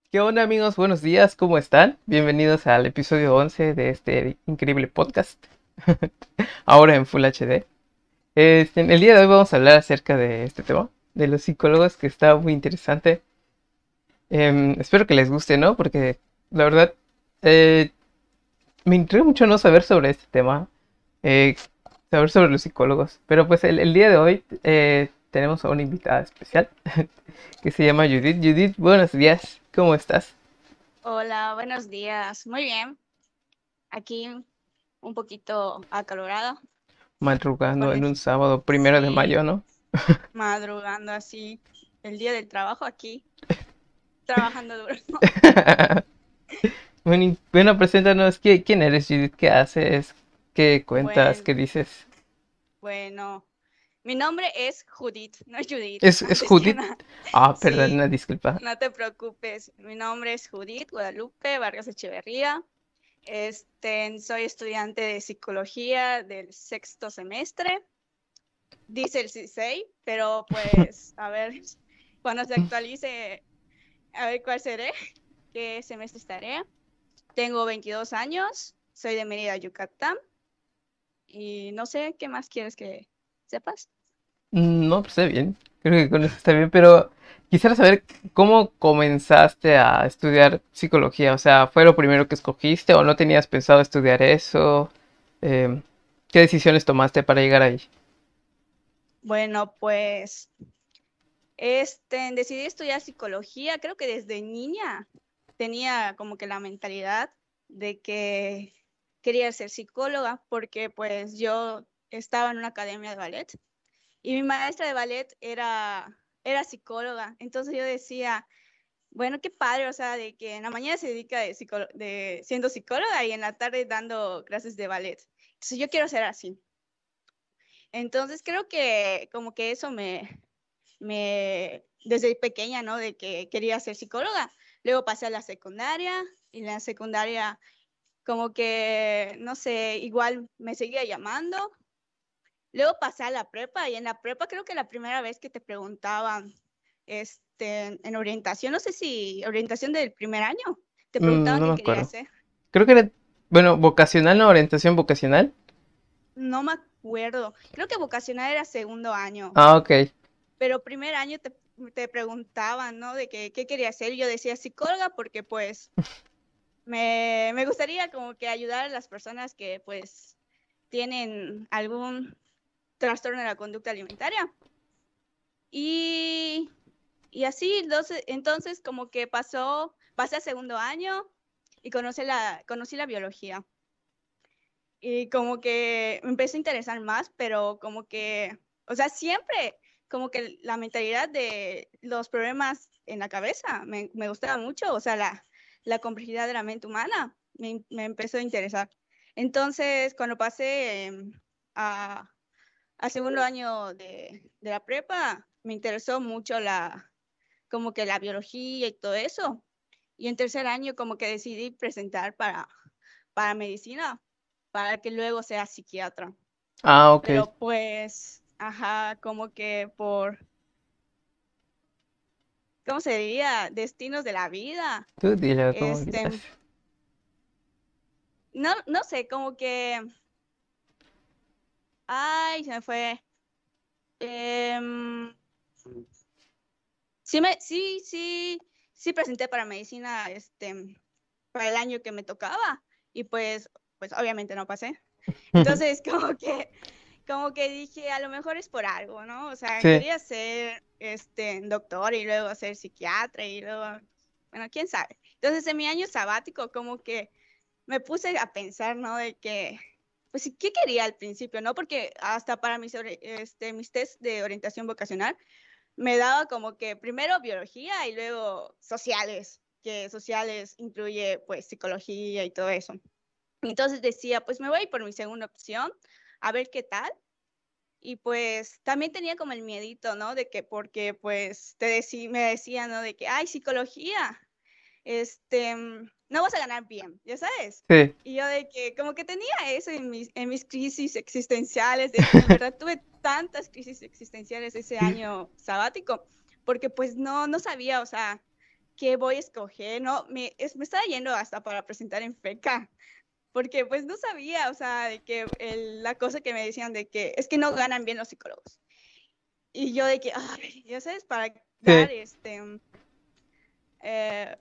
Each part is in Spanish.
¿Qué onda amigos? Buenos días, ¿cómo están? Bienvenidos al episodio 11 de este increíble podcast, ahora en Full HD. En el día de hoy vamos a hablar acerca de este tema, de los psicólogos, que está muy interesante. Espero que les guste, ¿no? Porque la verdad eh, me intriga mucho no saber sobre este tema, eh, saber sobre los psicólogos. Pero pues el día de hoy tenemos a una invitada especial que se llama Judith. Judith, buenos días, ¿cómo estás? Hola, buenos días. Muy bien. Aquí un poquito acalorada Madrugando con en un el, sábado primero de sí, mayo, ¿no? madrugando así el día del trabajo aquí, trabajando duro. Bueno, bueno, preséntanos, ¿quién eres, Judith? ¿Qué haces? ¿Qué cuentas? Bueno, ¿Qué dices? bueno, mi nombre es Judith, no es Judith, ¿Es antes que Judith? nada. Ah, perdón, Sí, una disculpa. no te preocupes. Mi nombre es Judith Guadalupe Vargas Echeverría. Soy estudiante de psicología del sexto semestre. Dice el CISEI, pero pues a ver, cuando se actualice, a ver cuál seré, qué semestre estaré. Tengo 22 años, soy de Mérida, Yucatán, y no sé qué más quieres que sepas. No, pues está bien. Creo que con eso está bien, pero quisiera saber cómo comenzaste a estudiar psicología. O sea, ¿fue lo primero que escogiste o no tenías pensado estudiar eso? Em, ¿Qué decisiones tomaste para llegar ahí? Bueno, pues decidí estudiar psicología, creo que desde niña tenía como que la mentalidad de que quería ser psicóloga porque pues yo estaba en una academia de ballet. Y mi maestra de ballet era psicóloga. Entonces yo decía, bueno, qué padre, o sea, de que en la mañana se dedica de siendo psicóloga y en la tarde dando clases de ballet. Entonces yo quiero ser así. Entonces creo que como que eso desde pequeña, ¿no? De que quería ser psicóloga. Luego pasé a la secundaria y en la secundaria como que, no sé, igual me seguía llamando. Luego pasé a la prepa y en la prepa creo que la primera vez que te preguntaban en orientación, no sé si orientación del primer año, te preguntaban No me qué querías acuerdo. hacer. Creo que era, bueno, vocacional, ¿no? Orientación vocacional. No me acuerdo. Creo que vocacional era segundo año, Ah, ok. pero primer año te preguntaban, ¿no? De que, qué quería hacer. Y yo decía psicóloga porque pues me gustaría como que ayudar a las personas que pues tienen algún trastorno de la conducta alimentaria. Y Y así, entonces como que pasé a segundo año y conocí la biología. Y como que me empecé a interesar más, pero como que, o sea, siempre como que la mentalidad de los problemas en la cabeza me gustaba mucho, o sea, la complejidad de la mente humana me empezó a interesar. Entonces, cuando pasé a, a segundo año de la prepa, me interesó mucho como que la biología y todo eso. Y en tercer año como que decidí presentar para medicina, para que luego sea psiquiatra. Ah, ok. Pero pues, ajá, como que ¿cómo se diría? Destinos de la vida. Tú dile como quieras. Este, no sé, como que, ay, se me fue. Em, sí presenté para medicina, para el año que me tocaba y pues obviamente no pasé. Entonces, como que dije, a lo mejor es por algo, ¿no? O sea, Sí. quería ser doctor y luego ser psiquiatra y luego, bueno, quién sabe. Entonces, en mi año sabático, como que me puse a pensar, ¿no? De que, pues, sí, ¿qué quería al principio, no? Porque hasta para mis test de orientación vocacional, me daba como que primero biología y luego sociales, que sociales incluye, pues, psicología y todo eso. Entonces decía, pues me voy por mi segunda opción, a ver qué tal. Y pues también tenía como el miedito, ¿no? De que porque pues me decían, ¿no? De que, ay, psicología, no vas a ganar bien, ya sabes. Sí. Y yo de que como que tenía eso en mis crisis existenciales, de hecho, en verdad tuve tantas crisis existenciales ese año sabático, porque pues no sabía, o sea, qué voy a escoger, ¿no? Me estaba yendo hasta para presentar en FECA, porque pues no sabía, o sea, de que la cosa que me decían de que es que no ganan bien los psicólogos. Y yo de que, ay, ya sabes, para dar Sí. eh,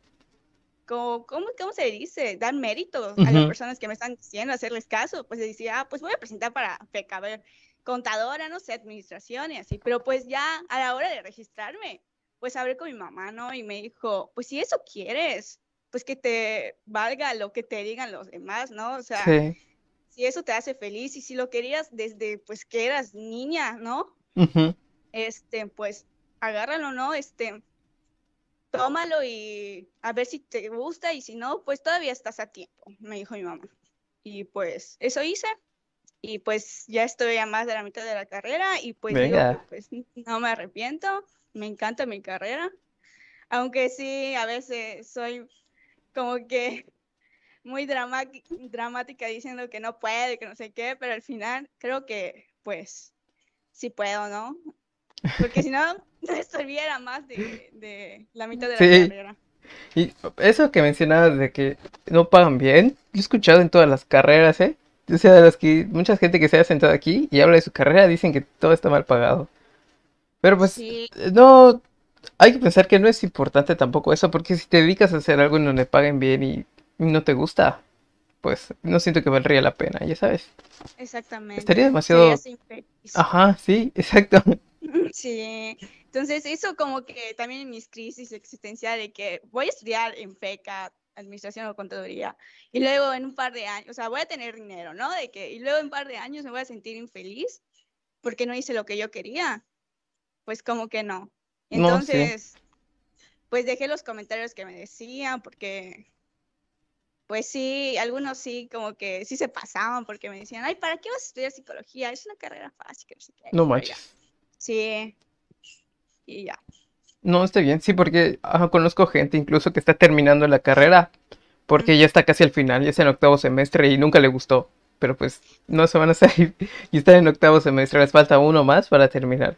¿cómo se dice? Dar méritos a las Ujú. personas que me están diciendo, hacerles caso. Pues decía, pues voy a presentar para FECA, a ver, contadora, no sé, administración y así. Pero pues ya a la hora de registrarme, pues hablé con mi mamá, ¿no? Y me dijo, pues si eso quieres, pues que te valga lo que te digan los demás, ¿no? O sea, Sí. si eso te hace feliz y si lo querías desde pues que eras niña, ¿no? Ujú. Pues agárralo, ¿no? Tómalo y a ver si te gusta y si no, pues todavía estás a tiempo, me dijo mi mamá. Y pues eso hice y pues ya estoy a más de la mitad de la carrera y pues digo que Venga. pues no me arrepiento, me encanta mi carrera, aunque sí, a veces soy como que muy dramática diciendo que no puede, que no sé qué, pero al final creo que pues sí puedo, ¿no? Porque si no, no estuviera más de la mitad de la Sí. carrera. Y eso que mencionabas de que no pagan bien, yo he escuchado en todas las carreras, ¿eh? O sea, de las que mucha gente que se ha sentado aquí y habla de su carrera dicen que todo está mal pagado. Pero pues Sí, no, hay que pensar que no es importante tampoco eso, porque si te dedicas a hacer algo en donde paguen bien y no te gusta, pues no siento que valdría la pena, ya sabes. Estaría exactamente. demasiado... Serías infeliz. Ajá, sí, exacto. Sí. Entonces, eso como que también en mis crisis existenciales de que voy a estudiar en FECA, Administración o Contaduría, y luego en un par de años, o sea, voy a tener dinero, ¿no? De que, y luego en un par de años me voy a sentir infeliz porque no hice lo que yo quería. Pues como que no. No, sí. Entonces, pues dejé los comentarios que me decían porque pues sí, algunos sí, como que sí se pasaban porque me decían, ay, ¿para qué vas a estudiar psicología? Es una carrera fácil, que no sé qué. No Pero ya, manches. sí, y ya. No, está bien, sí, porque conozco gente incluso que está terminando la carrera porque ya Ujú. está casi al final, ya está en octavo semestre y nunca le gustó. Pero pues no se van a salir y están en octavo semestre, les falta uno más para terminar.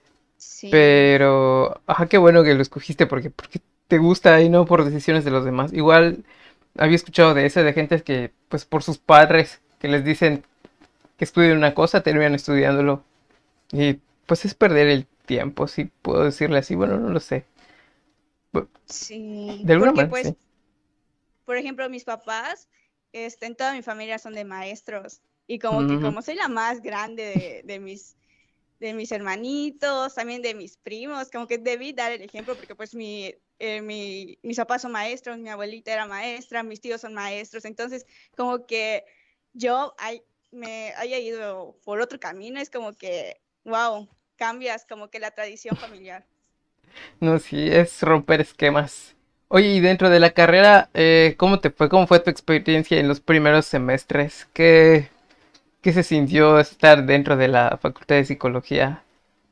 Sí, Pero, qué bueno que lo escogiste porque te gusta y no por decisiones de los demás. Igual había escuchado de eso, de gente que pues por sus padres que les dicen que estudien una cosa, terminan estudiándolo. Y pues es perder el tiempo, si puedo decirle así. Bueno, no lo sé. sí, De alguna porque manera, pues, sí. por ejemplo, mis papás, en toda mi familia son de maestros y como que Ujú. como soy la más grande de mis hermanitos, también de mis primos, como que debí dar el ejemplo porque pues mis papás son maestros, mi abuelita era maestra, mis tíos son maestros, entonces como que yo me haya ido por otro camino, es como que, wow, cambias como que la tradición familiar. No, sí, es romper esquemas. Oye, y dentro de la carrera, ¿cómo te fue? ¿Cómo fue tu experiencia en los primeros semestres? ¿Qué se sintió estar dentro de la Facultad de Psicología?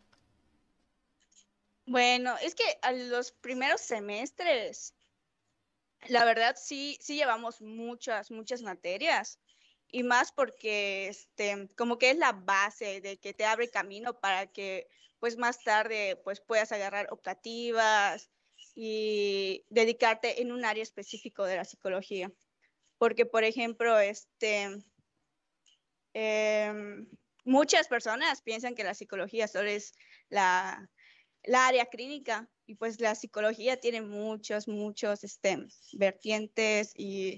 Bueno, es que a los primeros semestres la verdad sí, sí llevamos muchas materias y más porque como que es la base de que te abre camino para que pues más tarde pues puedas agarrar optativas y dedicarte en un área específico de la psicología. Porque, por ejemplo, em, muchas personas piensan que la psicología solo es la área clínica y pues la psicología tiene muchos vertientes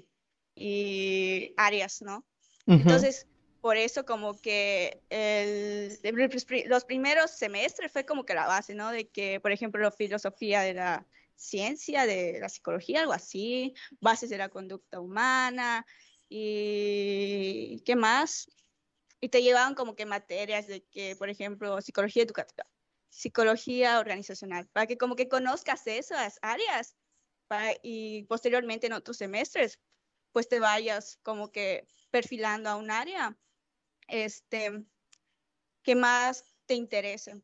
y áreas, ¿no? Ujú. Entonces, por eso como que los primeros semestres fue como que la base, ¿no? De que, por ejemplo, filosofía de la ciencia, de la psicología, algo así, bases de la conducta humana y ¿qué más? Y te llevaban como que materias de que, por ejemplo, psicología educativa, psicología organizacional, para que como que conozcas esas áreas y posteriormente en otros semestres, pues te vayas como que perfilando a un área que más te interese.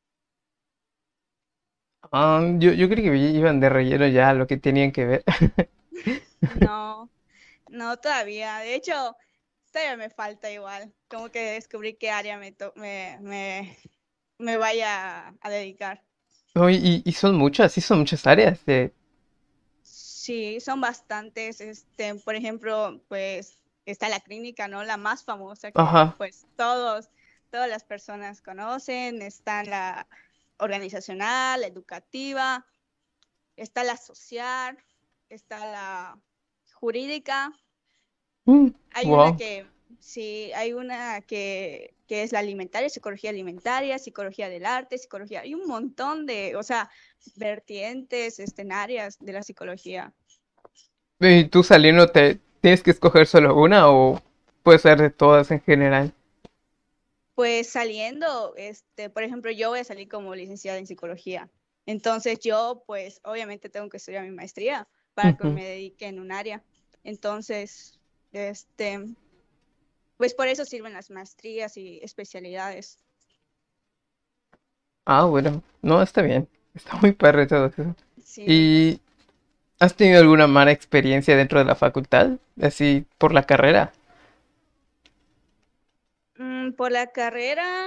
Yo creo que iban de relleno ya a lo que tenían que ver. No, no todavía. De hecho, todavía me falta igual, como que descubrir qué área me vaya a dedicar. No, y son muchas, sí son muchas áreas. Sí, son bastantes, por ejemplo, pues está la clínica, ¿no? La más famosa que Ajá. pues todas las personas conocen, está la organizacional, la educativa, está la social, está la jurídica. Hay una Wow. que, sí, hay una que es la alimentaria, psicología del arte, psicología. Hay un montón de, o sea, vertientes, en áreas de la psicología. ¿Y tú saliendo te tienes que escoger solo una o puede ser de todas en general? Pues saliendo, por ejemplo, yo voy a salir como licenciada en psicología. Entonces yo, pues, obviamente tengo que estudiar mi maestría para que Ujú. me dedique en un área. Entonces, pues por eso sirven las maestrías y especialidades. Ah, bueno, no, está bien. Está muy perro todo eso. Sí. ¿Y has tenido alguna mala experiencia dentro de la facultad? Así por la carrera. Por la carrera,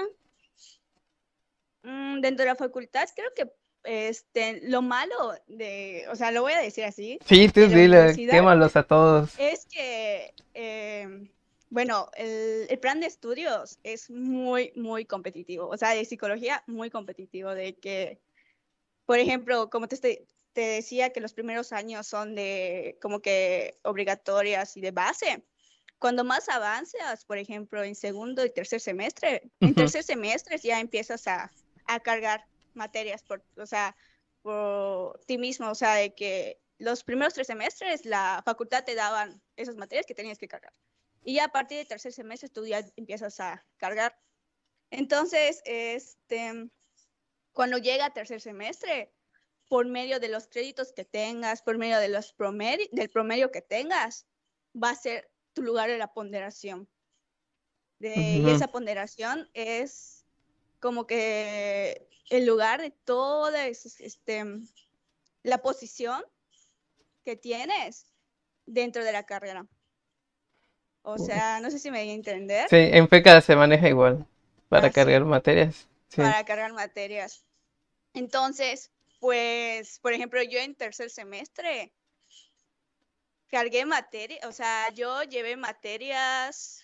dentro de la facultad, creo que lo malo de, o sea, lo voy a decir así, Sí, tú de la dile, universidad quémalos a todos. es que, bueno, el plan de estudios es muy, muy competitivo, o sea, de psicología muy competitivo, de que, por ejemplo, como te decía que los primeros años son de como que obligatorias y de base. Cuando más avanzas, por ejemplo, en segundo y tercer semestre, en Ujú. tercer semestre ya empiezas a cargar materias o sea, por ti mismo, o sea, de que los primeros 3 semestres la facultad te daban esas materias que tenías que cargar. Y ya a partir del tercer semestre tú ya empiezas a cargar. Entonces, cuando llega tercer semestre, por medio de los créditos que tengas, por medio de del promedio que tengas, va a ser tu lugar de la ponderación. Y Ujú. esa ponderación es como que el lugar de toda la posición que tienes dentro de la carrera. O sea, no sé si me voy a entender, Sí, en FECA se maneja igual para cargar así, materias. Sí. para cargar materias. Entonces, pues, por ejemplo, yo en tercer semestre cargué materia, o sea, yo llevé materias,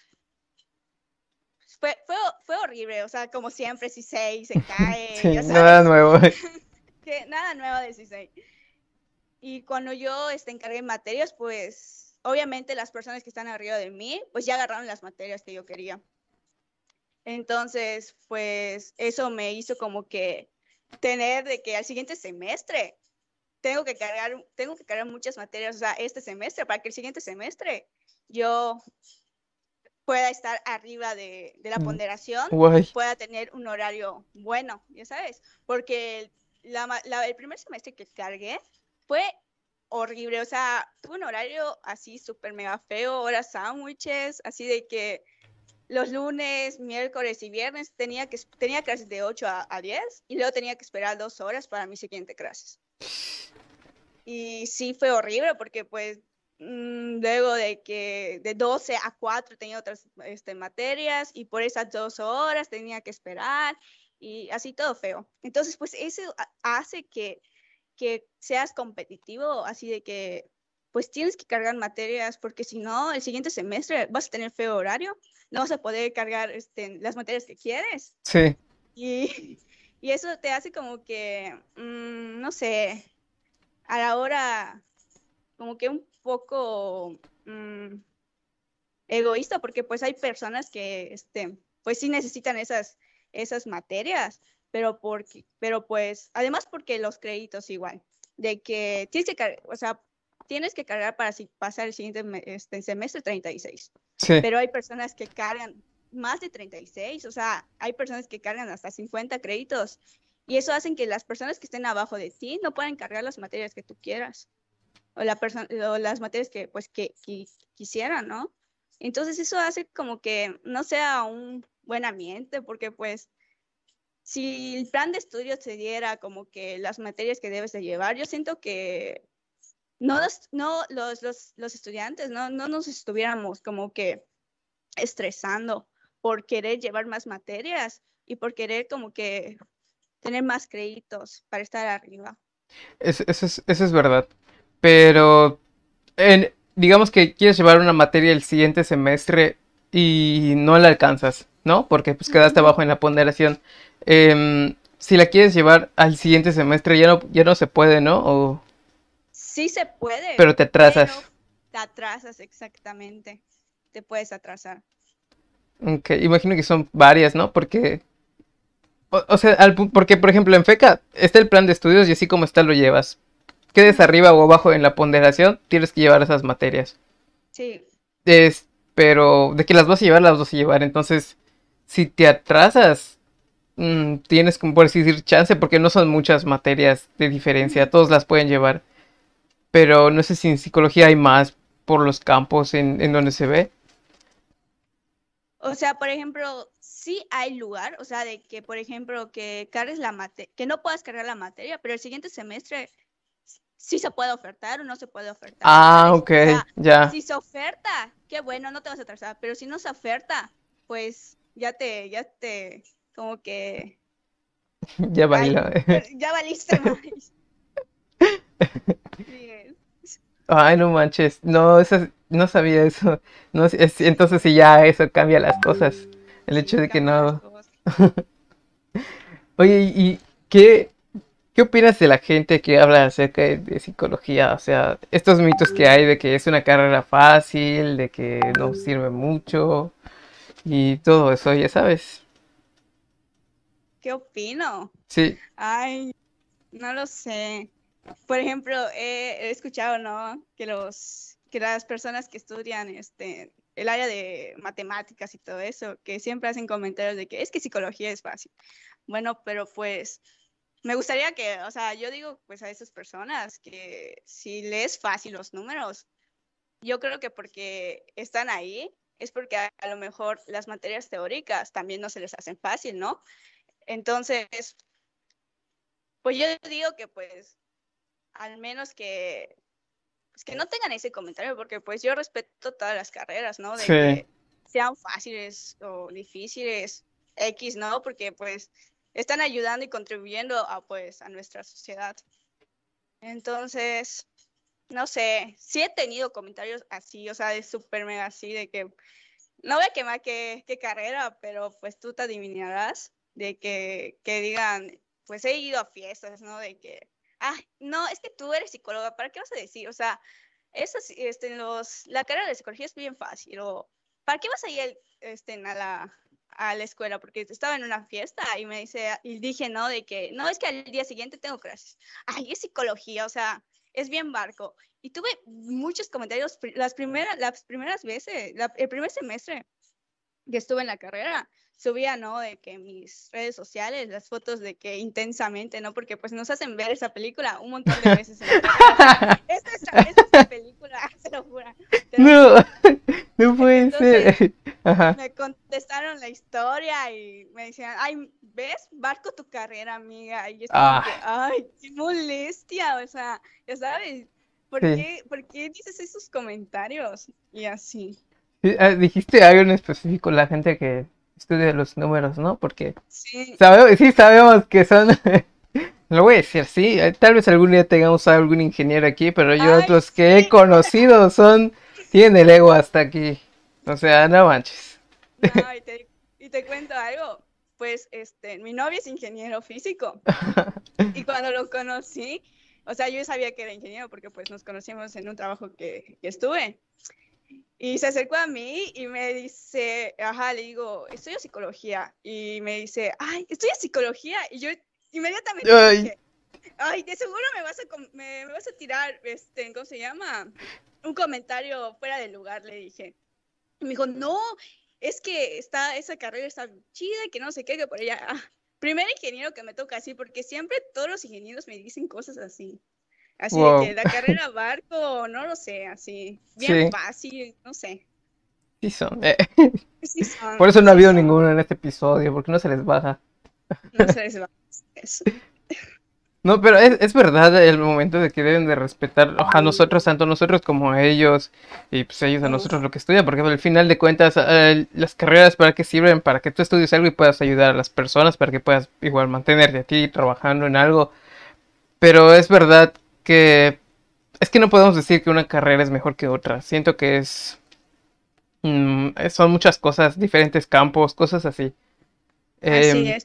fue horrible, o sea, como siempre, si se cae, Sí, ya nada sabes, nuevo. que nada nuevo de CISEI. Y cuando yo encargué materias, pues obviamente las personas que están arriba de mí, pues ya agarraron las materias que yo quería. Entonces, pues eso me hizo como que tener de que al siguiente semestre tengo que cargar muchas materias, o sea, este semestre, para que el siguiente semestre yo pueda estar arriba de la ponderación y Guay. pueda tener un horario bueno, ya sabes, porque el primer semestre que cargué fue horrible, o sea, tuve un horario así súper mega feo, horas sándwiches, así de que los lunes, miércoles y viernes tenía clases de 8 a 10 y luego tenía que esperar 2 horas para mi siguiente clases. Y sí fue horrible porque pues luego de que de 12 a 4 tenía otras materias y por esas 2 horas tenía que esperar y así todo feo. Entonces pues eso hace que seas competitivo, así de que pues tienes que cargar materias porque si no el siguiente semestre vas a tener feo horario, no vas a poder cargar las materias que quieres Sí. y, y eso te hace como que, no sé, a la hora como que un poco egoísta, porque pues hay personas que, pues sí necesitan esas materias, pero pues, además porque los créditos igual, de que tienes que cargar, o sea, tienes que cargar para pasar el siguiente semestre 36, Sí. pero hay personas que cargan más de 36, o sea, hay personas que cargan hasta 50 créditos, y eso hacen que las personas que estén abajo de ti no puedan cargar las materias que tú quieras o las materias que pues que quisieran, ¿no? Entonces eso hace como que no sea un buen ambiente porque pues si el plan de estudio se diera como que las materias que debes de llevar, yo siento que los estudiantes no nos estuviéramos como que estresando por querer llevar más materias y por querer como que tener más créditos para estar arriba. Eso es verdad. pero digamos que quieres llevar una materia el siguiente semestre y no la alcanzas, ¿no? Porque pues quedaste Ujú. abajo en la ponderación. Si la quieres llevar al siguiente semestre ya no se puede, ¿no? Sí se puede, Pero te pero atrasas. te atrasas exactamente. Te puedes atrasar. Ok, imagino que son varias, ¿no? Porque, o sea, porque por ejemplo en FECA está el plan de estudios y así como está lo llevas. Quedes Ujú. arriba o abajo en la ponderación, tienes que llevar esas materias. Sí. Pero de que las vas a llevar, las vas a llevar. Entonces, si te atrasas, tienes como por así decir chance, porque no son muchas materias de diferencia, Ujú. todos las pueden llevar. Pero no sé si en psicología hay más por los campos en donde se ve. O sea, por ejemplo, sí hay lugar, o sea, de que, por ejemplo, que cargues la materia, que no puedas cargar la materia, pero el siguiente semestre sí se puede ofertar o no se puede ofertar, Ah, ¿sabes? ok, O sea, ya, si se oferta, qué bueno, no te vas a atrasar, pero si no se oferta, pues como que, ya ay, baila. ya valiste más. Sí, Ay, no manches, no, no sabía eso. No, entonces sí ya eso cambia las cosas. El hecho sí, de que cambian las no. cosas. Oye, ¿y qué opinas de la gente que habla acerca de psicología? O sea, estos mitos que hay de que es una carrera fácil, de que no sirve mucho y todo eso, ya sabes. ¿Qué opino? Sí, Ay, no lo sé. Por ejemplo, he escuchado, ¿no? Que las personas que estudian el área de matemáticas y todo eso, que siempre hacen comentarios de que es que psicología es fácil. Bueno, pero pues me gustaría que, o sea, yo digo pues a esas personas que si les fácil los números, yo creo que porque están ahí es porque a lo mejor las materias teóricas también no se les hacen fácil, ¿no? Entonces, pues yo digo que pues al menos que pues que no tengan ese comentario, porque pues yo respeto todas las carreras, ¿no? De sí. que sean fáciles o difíciles, X, ¿no? Porque pues están ayudando y contribuyendo a pues a nuestra sociedad. Entonces, no sé, sí he tenido comentarios así, o sea, de súper mega así, de que no voy a quemar qué carrera, pero pues tú te adivinarás de que digan, pues he ido a fiestas, ¿no? De que, ah, no, es que tú eres psicóloga, ¿para qué vas a decir? O sea, eso sí, la carrera de psicología es bien fácil, o ¿para qué vas a ir a la escuela? Porque estaba en una fiesta y me dice, y dije, no, de que, no, es que al día siguiente tengo clases. Ay, es psicología, o sea, es bien barco. Y tuve muchos comentarios las primeras veces, el primer semestre que estuve en la carrera, subía, ¿no? De que mis redes sociales, las fotos de que intensamente, ¿no? Porque pues nos hacen ver esa película un montón de veces en la carrera, o sea, es nuestra película, te lo No, juro. no puede Entonces ser. Ajá. me contestaron la historia y me decían, ay, ¿ves? Barco tu carrera, amiga. Y yo así como Ah, que, ay, qué molestia, o sea, ya sabes, sí. por qué dices esos comentarios? Y así. Sí, dijiste algo en específico, la gente que estudia los números, ¿no? Porque Sí, sí sabemos que son, lo voy a decir, sí, tal vez algún día tengamos a algún ingeniero aquí, pero yo ay, otros que he sí. conocido tienen el ego hasta aquí. O sea, no manches. No, y te cuento algo, pues mi novio es ingeniero físico y cuando lo conocí, o sea, yo sabía que era ingeniero porque pues nos conocimos en un trabajo que estuve. Y se acercó a mí y me dice, ajá, le digo, estudio psicología. Y me dice, ay, estudias psicología. Y yo inmediatamente le Ay, dije, ay, de seguro me vas a tirar, ¿cómo se llama? Un comentario fuera de lugar, le dije. Y me dijo, no, es que esa carrera está chida, que no sé qué, que por ella. Ah, primer ingeniero que me toca así, porque siempre todos los ingenieros me dicen cosas así. Así de wow. que la carrera barco, no lo sé, así, bien Sí, fácil, no sé. sí son. Por eso no ha Sí habido son, ninguno en este episodio, porque no se les baja. no se les va eso. No, pero es verdad el momento de que deben de respetar a nosotros, tanto nosotros como a ellos, y pues ellos a Uf, nosotros lo que estudian, porque al final de cuentas las carreras para qué sirven, para que tú estudies algo y puedas ayudar a las personas, para que puedas igual mantenerte aquí trabajando en algo, pero es verdad que es que no podemos decir que una carrera es mejor que otra. Siento que son muchas cosas, diferentes campos, cosas así. Así Em, es.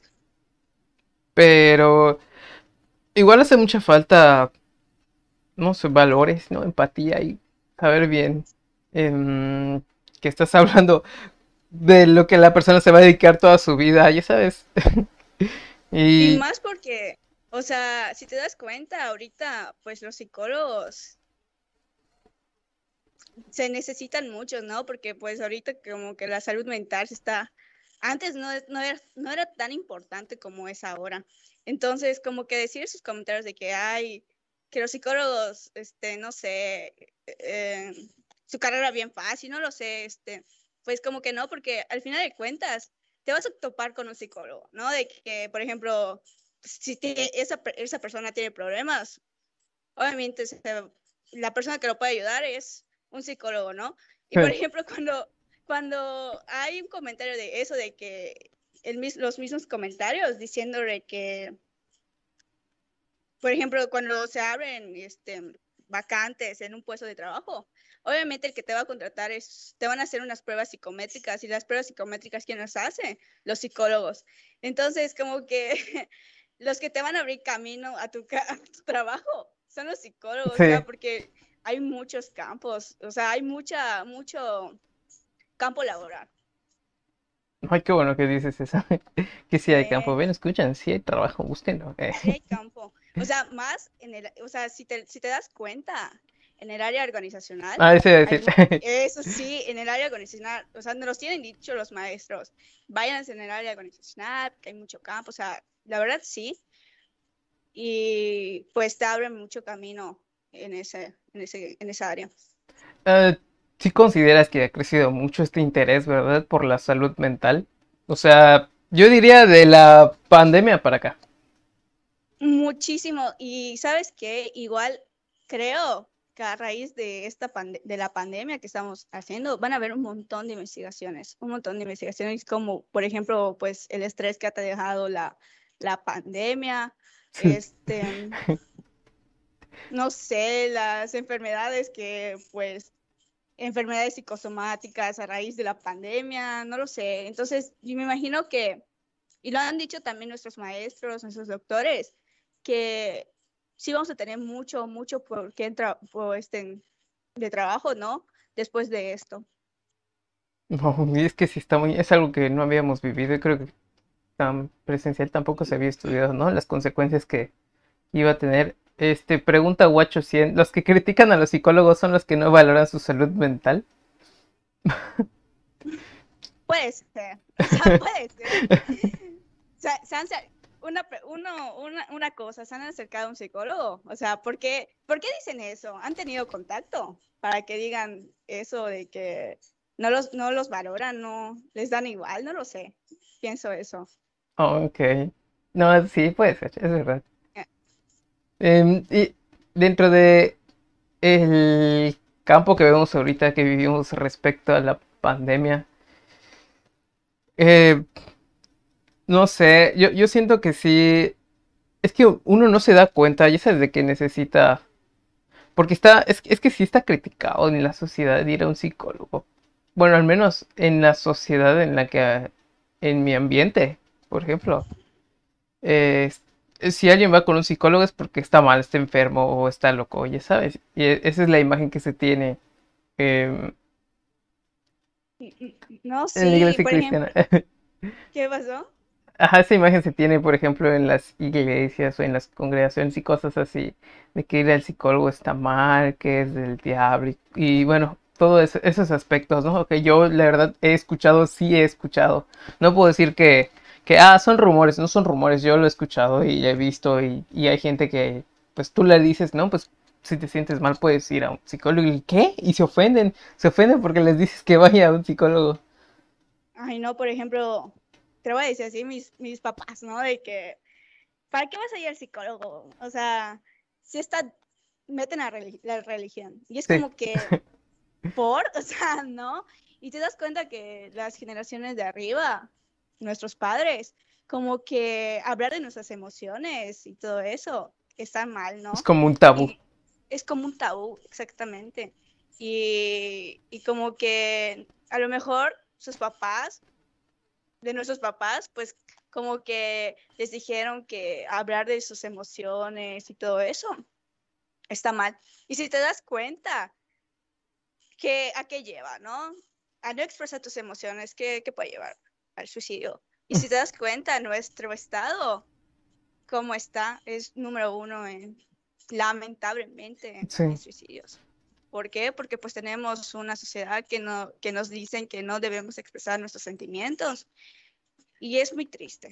pero igual hace mucha falta, no sé, valores, ¿no? Empatía y saber bien em, que estás hablando de lo que la persona se va a dedicar toda su vida, ya sabes. Y Y más porque, o sea, si te das cuenta, ahorita, pues los psicólogos se necesitan muchos, ¿no? Porque pues ahorita como que la salud mental se está, antes no era tan importante como es ahora. Entonces, como que decir esos comentarios de que hay, que los psicólogos, no sé, eh, su carrera bien fácil, no lo sé, pues como que no, porque al final de cuentas te vas a topar con un psicólogo, ¿no? De que, por ejemplo, si esa persona tiene problemas, obviamente la persona que lo puede ayudar es un psicólogo, ¿no? Y por ejemplo, cuando hay un comentario de eso, de que los mismos comentarios diciéndole que, por ejemplo, cuando se abren vacantes en un puesto de trabajo, obviamente el que te va a contratar te van a hacer unas pruebas psicométricas y las pruebas psicométricas, ¿quién las hace? Los psicólogos. Entonces, como que los que te van a abrir camino a tu trabajo son los psicólogos, o sea, sí, porque hay muchos campos, o sea, hay mucho campo laboral. ay, qué bueno que dices eso. Que sí hay campo. Sí, Ven, escuchan, sí hay trabajo, búsquenlo. sí hay campo. O sea, más o sea, si te das cuenta, en el área organizacional, Ah, ese iba a decir. eso sí, en el área organizacional, o sea, nos los tienen dicho los maestros, váyanse en el área organizacional, que hay mucho campo, o sea, la verdad sí, y pues te abre mucho camino en esa área. ¿Sí consideras que ha crecido mucho este interés, verdad, por la salud mental? O sea, yo diría de la pandemia para acá. Muchísimo. Y sabes qué, igual creo que a raíz de de la pandemia que estamos haciendo, van a haber un montón de investigaciones como, por ejemplo, pues el estrés que ha dejado la pandemia, Sí. este, no sé, las enfermedades pues, enfermedades psicosomáticas a raíz de la pandemia, no lo sé. Entonces, yo me imagino que y lo han dicho también nuestros maestros, nuestros doctores, que sí vamos a tener mucho de trabajo, ¿no? Después de esto. No, y es que sí está muy, es algo que no habíamos vivido y creo que tan presencial tampoco se había estudiado, ¿no? Las consecuencias que iba a tener. Pregunta Guacho 100, ¿los que critican a los psicólogos son los que no valoran su salud mental? Puede ser, o sea, puede ser. O sea, una cosa, ¿se han acercado a un psicólogo? O sea, ¿por qué dicen eso? ¿Han tenido contacto para que digan eso de que no los valoran, no les dan igual? No lo sé. Pienso eso. Ok. No, sí, puede ser, es verdad. Eh, Y dentro de el campo que vemos ahorita, que vivimos respecto a la pandemia, eh, no sé, yo siento que sí, es que uno no se da cuenta, ya sabes, de que necesita, porque es que sí está criticado en la sociedad ir a un psicólogo. Bueno, al menos en la sociedad en la que, en mi ambiente, por ejemplo, eh, si alguien va con un psicólogo es porque está mal, está enfermo o está loco, ya sabes. Y esa es la imagen que se tiene em, No, en la sí, iglesia por cristiana. ejemplo, ¿qué pasó? Ajá, esa imagen se tiene, por ejemplo, en las iglesias o en las congregaciones y cosas así, de que ir al psicólogo está mal, que es del diablo y bueno, todos esos aspectos, ¿no? Que yo la verdad he escuchado, sí he escuchado. No puedo decir que son rumores, no son rumores, yo lo he escuchado y he visto y hay gente que, pues tú le dices, ¿no? Pues si te sientes mal puedes ir a un psicólogo y ¿qué? Y se ofenden porque les dices que vaya a un psicólogo. Ay, no, por ejemplo, te lo voy a decir así, mis papás, ¿no? De que, ¿para qué vas a ir al psicólogo? O sea, si está, meten a la religión. Y es Sí, como que, o sea, ¿no? Y te das cuenta que las generaciones de arriba, nuestros padres, como que hablar de nuestras emociones y todo eso está mal, es ¿no? como un tabú. es como un tabú, exactamente. Y como que a lo mejor sus papás, de nuestros papás, pues como que les dijeron que hablar de sus emociones y todo eso está mal. Y si te das cuenta, ¿a qué lleva, no? A no expresar tus emociones, ¿qué puede llevar al suicidio? Y si te das cuenta, nuestro estado, cómo está, es número uno lamentablemente, en Sí. suicidios. ¿Por qué? Porque pues tenemos una sociedad que nos dicen que no debemos expresar nuestros sentimientos y es muy triste.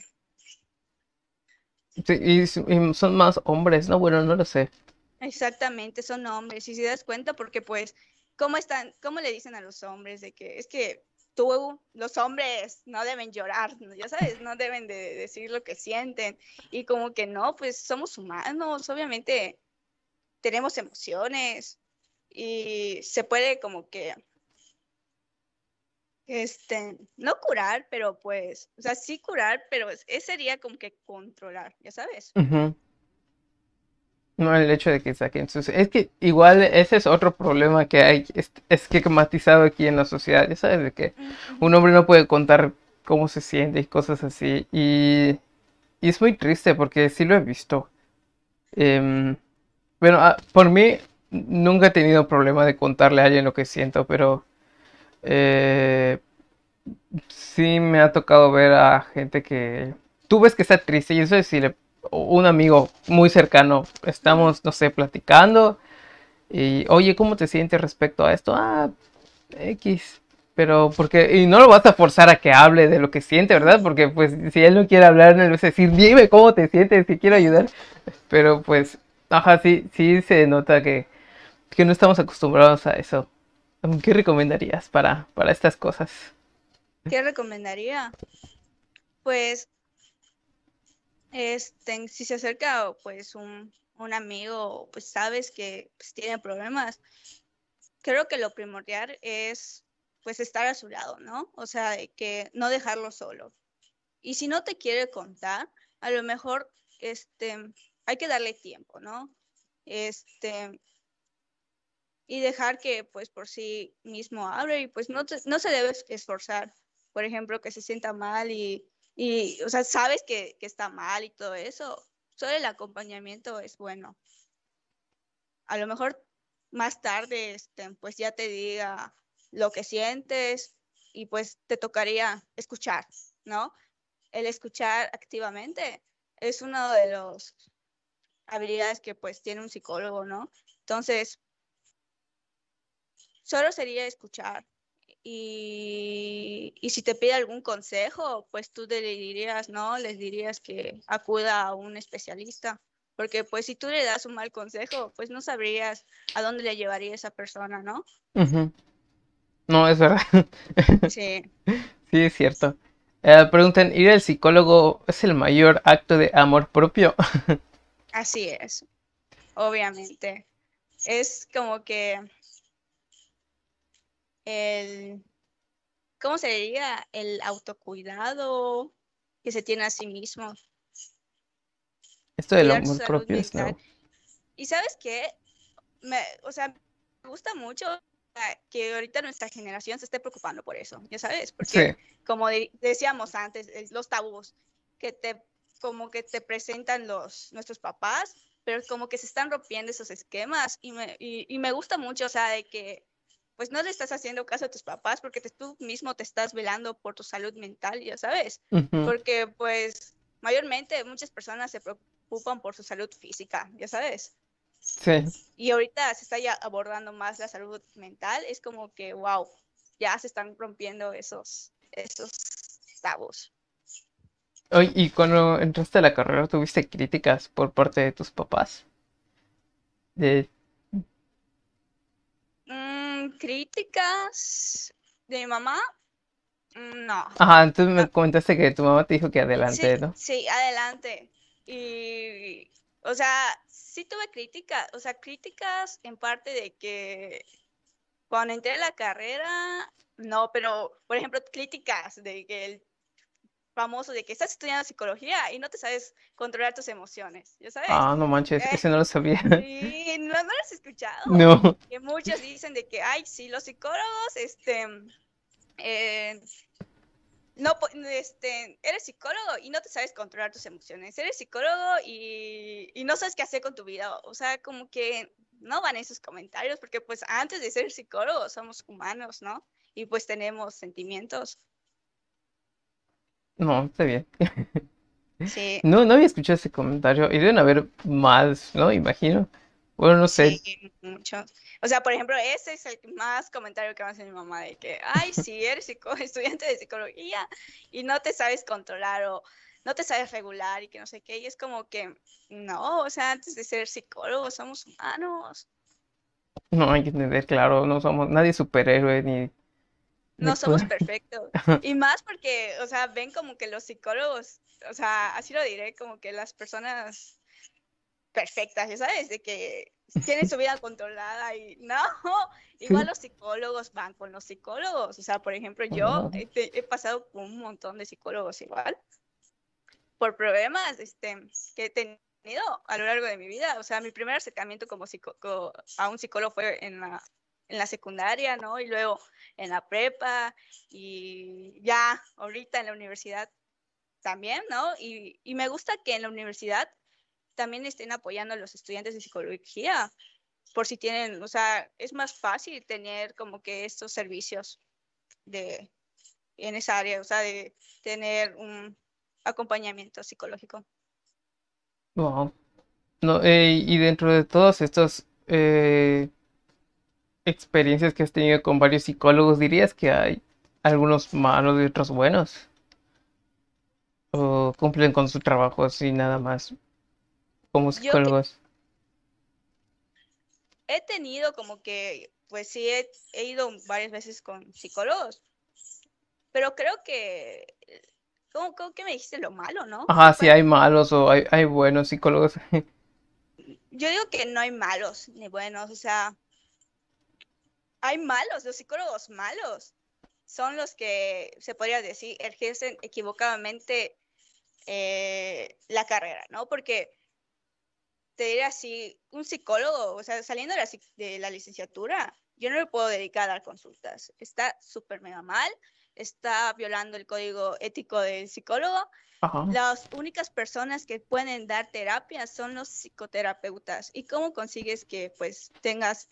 Sí, y son más hombres, ¿no? Bueno, no lo sé. Exactamente, son hombres. Y si te das cuenta, porque pues, ¿cómo le dicen a los hombres de que es que tú, los hombres no deben llorar, ¿no? Ya sabes, no deben de decir lo que sienten. Y como que no, pues somos humanos, obviamente tenemos emociones y se puede como que, no curar, pero pues, o sea, sí curar, pero sería como que controlar, ya sabes. Ujú. No, el hecho de que saquen sus... Es que igual ese es otro problema que hay, es estigmatizado aquí en la sociedad, ya sabes, de que un Ujú. hombre no puede contar cómo se siente y cosas así. Y es muy triste porque sí lo he visto. Em, bueno, por mí nunca he tenido problema de contarle a alguien lo que siento, pero eh, sí me ha tocado ver a gente que tú ves que está triste y eso es si un amigo muy cercano, Ujú. estamos, no sé, platicando y, oye, ¿cómo te sientes respecto a esto? Ah, X. Pero porque, y no lo vas a forzar a que hable de lo que siente, ¿verdad? Ujú. Porque pues si él no quiere hablar, no le vas a decir, dime cómo te sientes, si quiero ayudar. Pero pues, ajá, sí, sí se nota que no estamos acostumbrados a eso. ¿Qué recomendarías para estas cosas? ¿Qué recomendaría? Pues, si se acerca pues un amigo, pues sabes que pues, tiene problemas, creo que lo primordial es pues estar a su lado, ¿no? O sea, de que no dejarlo solo. Y si no te quiere contar, a lo mejor hay que darle tiempo, ¿no? Este, y dejar que pues por sí mismo hable y pues no se debe esforzar, por ejemplo, que se sienta mal o sea, sabes que está mal y todo eso, solo el acompañamiento es bueno. A lo mejor más tarde, pues ya te diga lo que sientes y pues te tocaría escuchar, ¿no? El escuchar activamente es una de las habilidades que pues tiene un psicólogo, ¿no? Entonces, solo sería escuchar. Y si te pide algún consejo, pues tú le dirías, ¿no? Les dirías que acuda a un especialista, porque pues si tú le das un mal consejo, pues no sabrías a dónde le llevaría esa persona, ¿no? Ujú. No, es verdad. Sí, Sí, es cierto. Preguntan, ¿ir al psicólogo es el mayor acto de amor propio? así es, obviamente. Es como que el, ¿cómo se diría? El autocuidado que se tiene a sí mismo, Esto del cuidar su amor salud propio es mental. nuevo. ¿Y sabes qué? O sea, me gusta mucho que ahorita nuestra generación se esté preocupando por eso, ya sabes, Sí. porque como decíamos antes, los tabús que como que te presentan nuestros papás, pero como que se están rompiendo esos esquemas y me gusta mucho, o sea, de que pues no le estás haciendo caso a tus papás porque tú mismo te estás velando por tu salud mental, ya sabes, Ujú. porque pues mayormente muchas personas se preocupan por su salud física, ya sabes. Sí. Y ahorita se está ya abordando más la salud mental, es como que, wow, ya se están rompiendo esos tabús. Oye, ¿y cuando entraste a la carrera tuviste críticas por parte de tus papás? De... Críticas de mi mamá, no. Ajá, entonces No. me comentaste que tu mamá te dijo que Sí, adelante, ¿no? sí, adelante. Y, o sea, sí tuve críticas, o sea, críticas en parte de que cuando entré a la carrera, no, pero, por ejemplo, críticas de que famoso de que estás estudiando psicología y no te sabes controlar tus emociones, ¿ya sabes? Ah, no manches, Eh, ese no lo sabía. sí, no lo has escuchado. No. Que muchos dicen de que, ay, sí, los psicólogos, eh, no, eres psicólogo y no te sabes controlar tus emociones. Eres psicólogo y no sabes qué hacer con tu vida. O sea, como que no van esos comentarios, porque pues antes de ser psicólogos somos humanos, ¿no? Y pues tenemos sentimientos. No, está bien. Sí, No, no había escuchado ese comentario. Y deben haber más, ¿no? Imagino. Bueno, no sé. sí, muchos. O sea, por ejemplo, ese es el más comentario que me hace mi mamá de que, ay, sí, eres estudiante de psicología y no te sabes controlar o no te sabes regular y que no sé qué. Y es como que, no, o sea, antes de ser psicólogos somos humanos. No hay que entender, claro, no somos nadie superhéroe ni No somos pues. perfectos. Y más porque, o sea, ven como que los psicólogos, o sea, así lo diré, como que las personas perfectas, ¿ya sabes? De que tienen su vida controlada y no, igual Sí. los psicólogos van con los psicólogos. O sea, por ejemplo, yo No, he pasado con un montón de psicólogos igual por problemas que he tenido a lo largo de mi vida. O sea, mi primer acercamiento como a un psicólogo fue en la secundaria, ¿no? Y luego en la prepa y ya ahorita en la universidad también, ¿no? Y me gusta que en la universidad también estén apoyando a los estudiantes de psicología, por si tienen, o sea, es más fácil tener como que estos servicios de, en esa área, o sea, de tener un acompañamiento psicológico. wow. No, y dentro de todas estas experiencias que has tenido con varios psicólogos, ¿dirías que hay algunos malos y otros buenos? ¿O cumplen con su trabajo así nada más como Yo que psicólogos? he tenido como que, pues sí, he ido varias veces con psicólogos, pero creo que, ¿cómo que me dijiste lo malo, no? Ajá, ¿Qué sí fue? hay malos o hay buenos psicólogos. Yo digo que no hay malos ni buenos, o sea, hay malos, los psicólogos malos son los que, se podría decir, ejercen equivocadamente la carrera, ¿no? Porque te diré así, un psicólogo, o sea, saliendo de la licenciatura, yo no le puedo dedicar a dar consultas. Está súper mega mal, está violando el código ético del psicólogo. Ajá. Las únicas personas que pueden dar terapia son los psicoterapeutas. ¿Y cómo consigues que pues tengas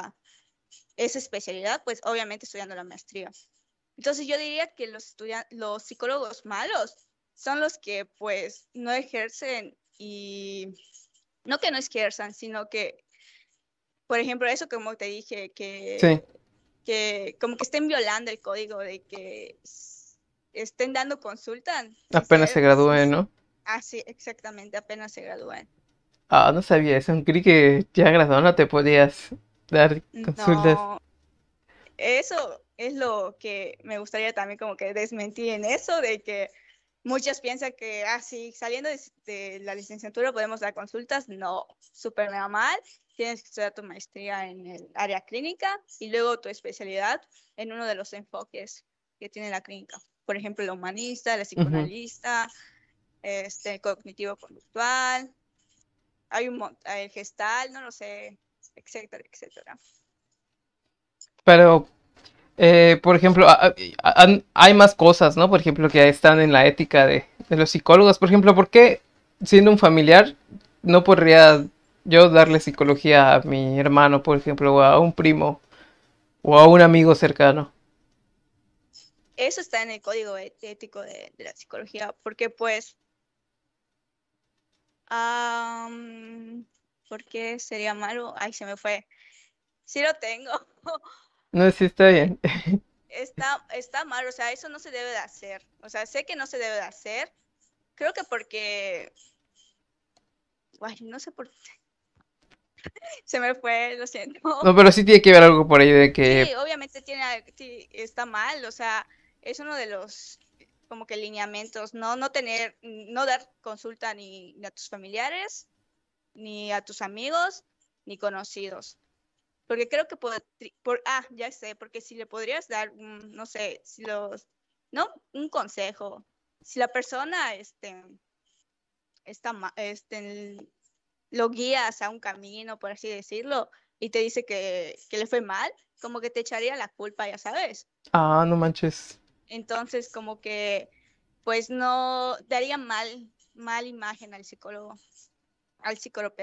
esa especialidad? Pues obviamente estudiando la maestría. Entonces yo diría que los psicólogos malos son los que pues no ejercen y no que no ejerzan, sino que, por ejemplo, eso como te dije, Sí, que como que estén violando el código de que estén dando consulta sin apenas se ser, gradúe, ¿no? sí, exactamente, apenas se gradúan. Ah, no sabía eso. Creí que ya graduado no te podías dar consultas. No, eso es lo que me gustaría también como que desmentir en eso, de que muchos piensan que, sí, saliendo de la licenciatura podemos dar consultas. No, súper mega mal. Tienes que estudiar tu maestría en el área clínica y luego tu especialidad en uno de los enfoques que tiene la clínica. Por ejemplo, la humanista, la Ujú. psicoanalista, cognitivo-conductual, hay el gestal, no lo sé, etcétera, etcétera. Pero, por ejemplo, hay más cosas, ¿no? Por ejemplo, que están en la ética de los psicólogos. Por ejemplo, ¿por qué siendo un familiar no podría yo darle psicología a mi hermano, por ejemplo, o a un primo o a un amigo cercano? Eso está en el código ético de la psicología, porque pues, ¿por qué sería malo? Ay, se me fue. Sí lo tengo. No, sí está bien. Está mal, o sea, eso no se debe de hacer. O sea, sé que no se debe de hacer. Creo que porque, ay, no sé por qué, se me fue, lo siento. No, pero sí tiene que haber algo por ahí de que, Sí, obviamente sí, está mal, o sea, es uno de los como que lineamientos, no dar consulta ni a tus familiares, ni a tus amigos, ni conocidos. Porque creo que ya sé, porque si le podrías dar no sé, no, un consejo. si la persona lo guías a un camino, por así decirlo, y te dice que le fue mal, como que te echaría la culpa, ya sabes. Ah, no manches. Entonces, como que, pues no, daría mal imagen al psicólogo, al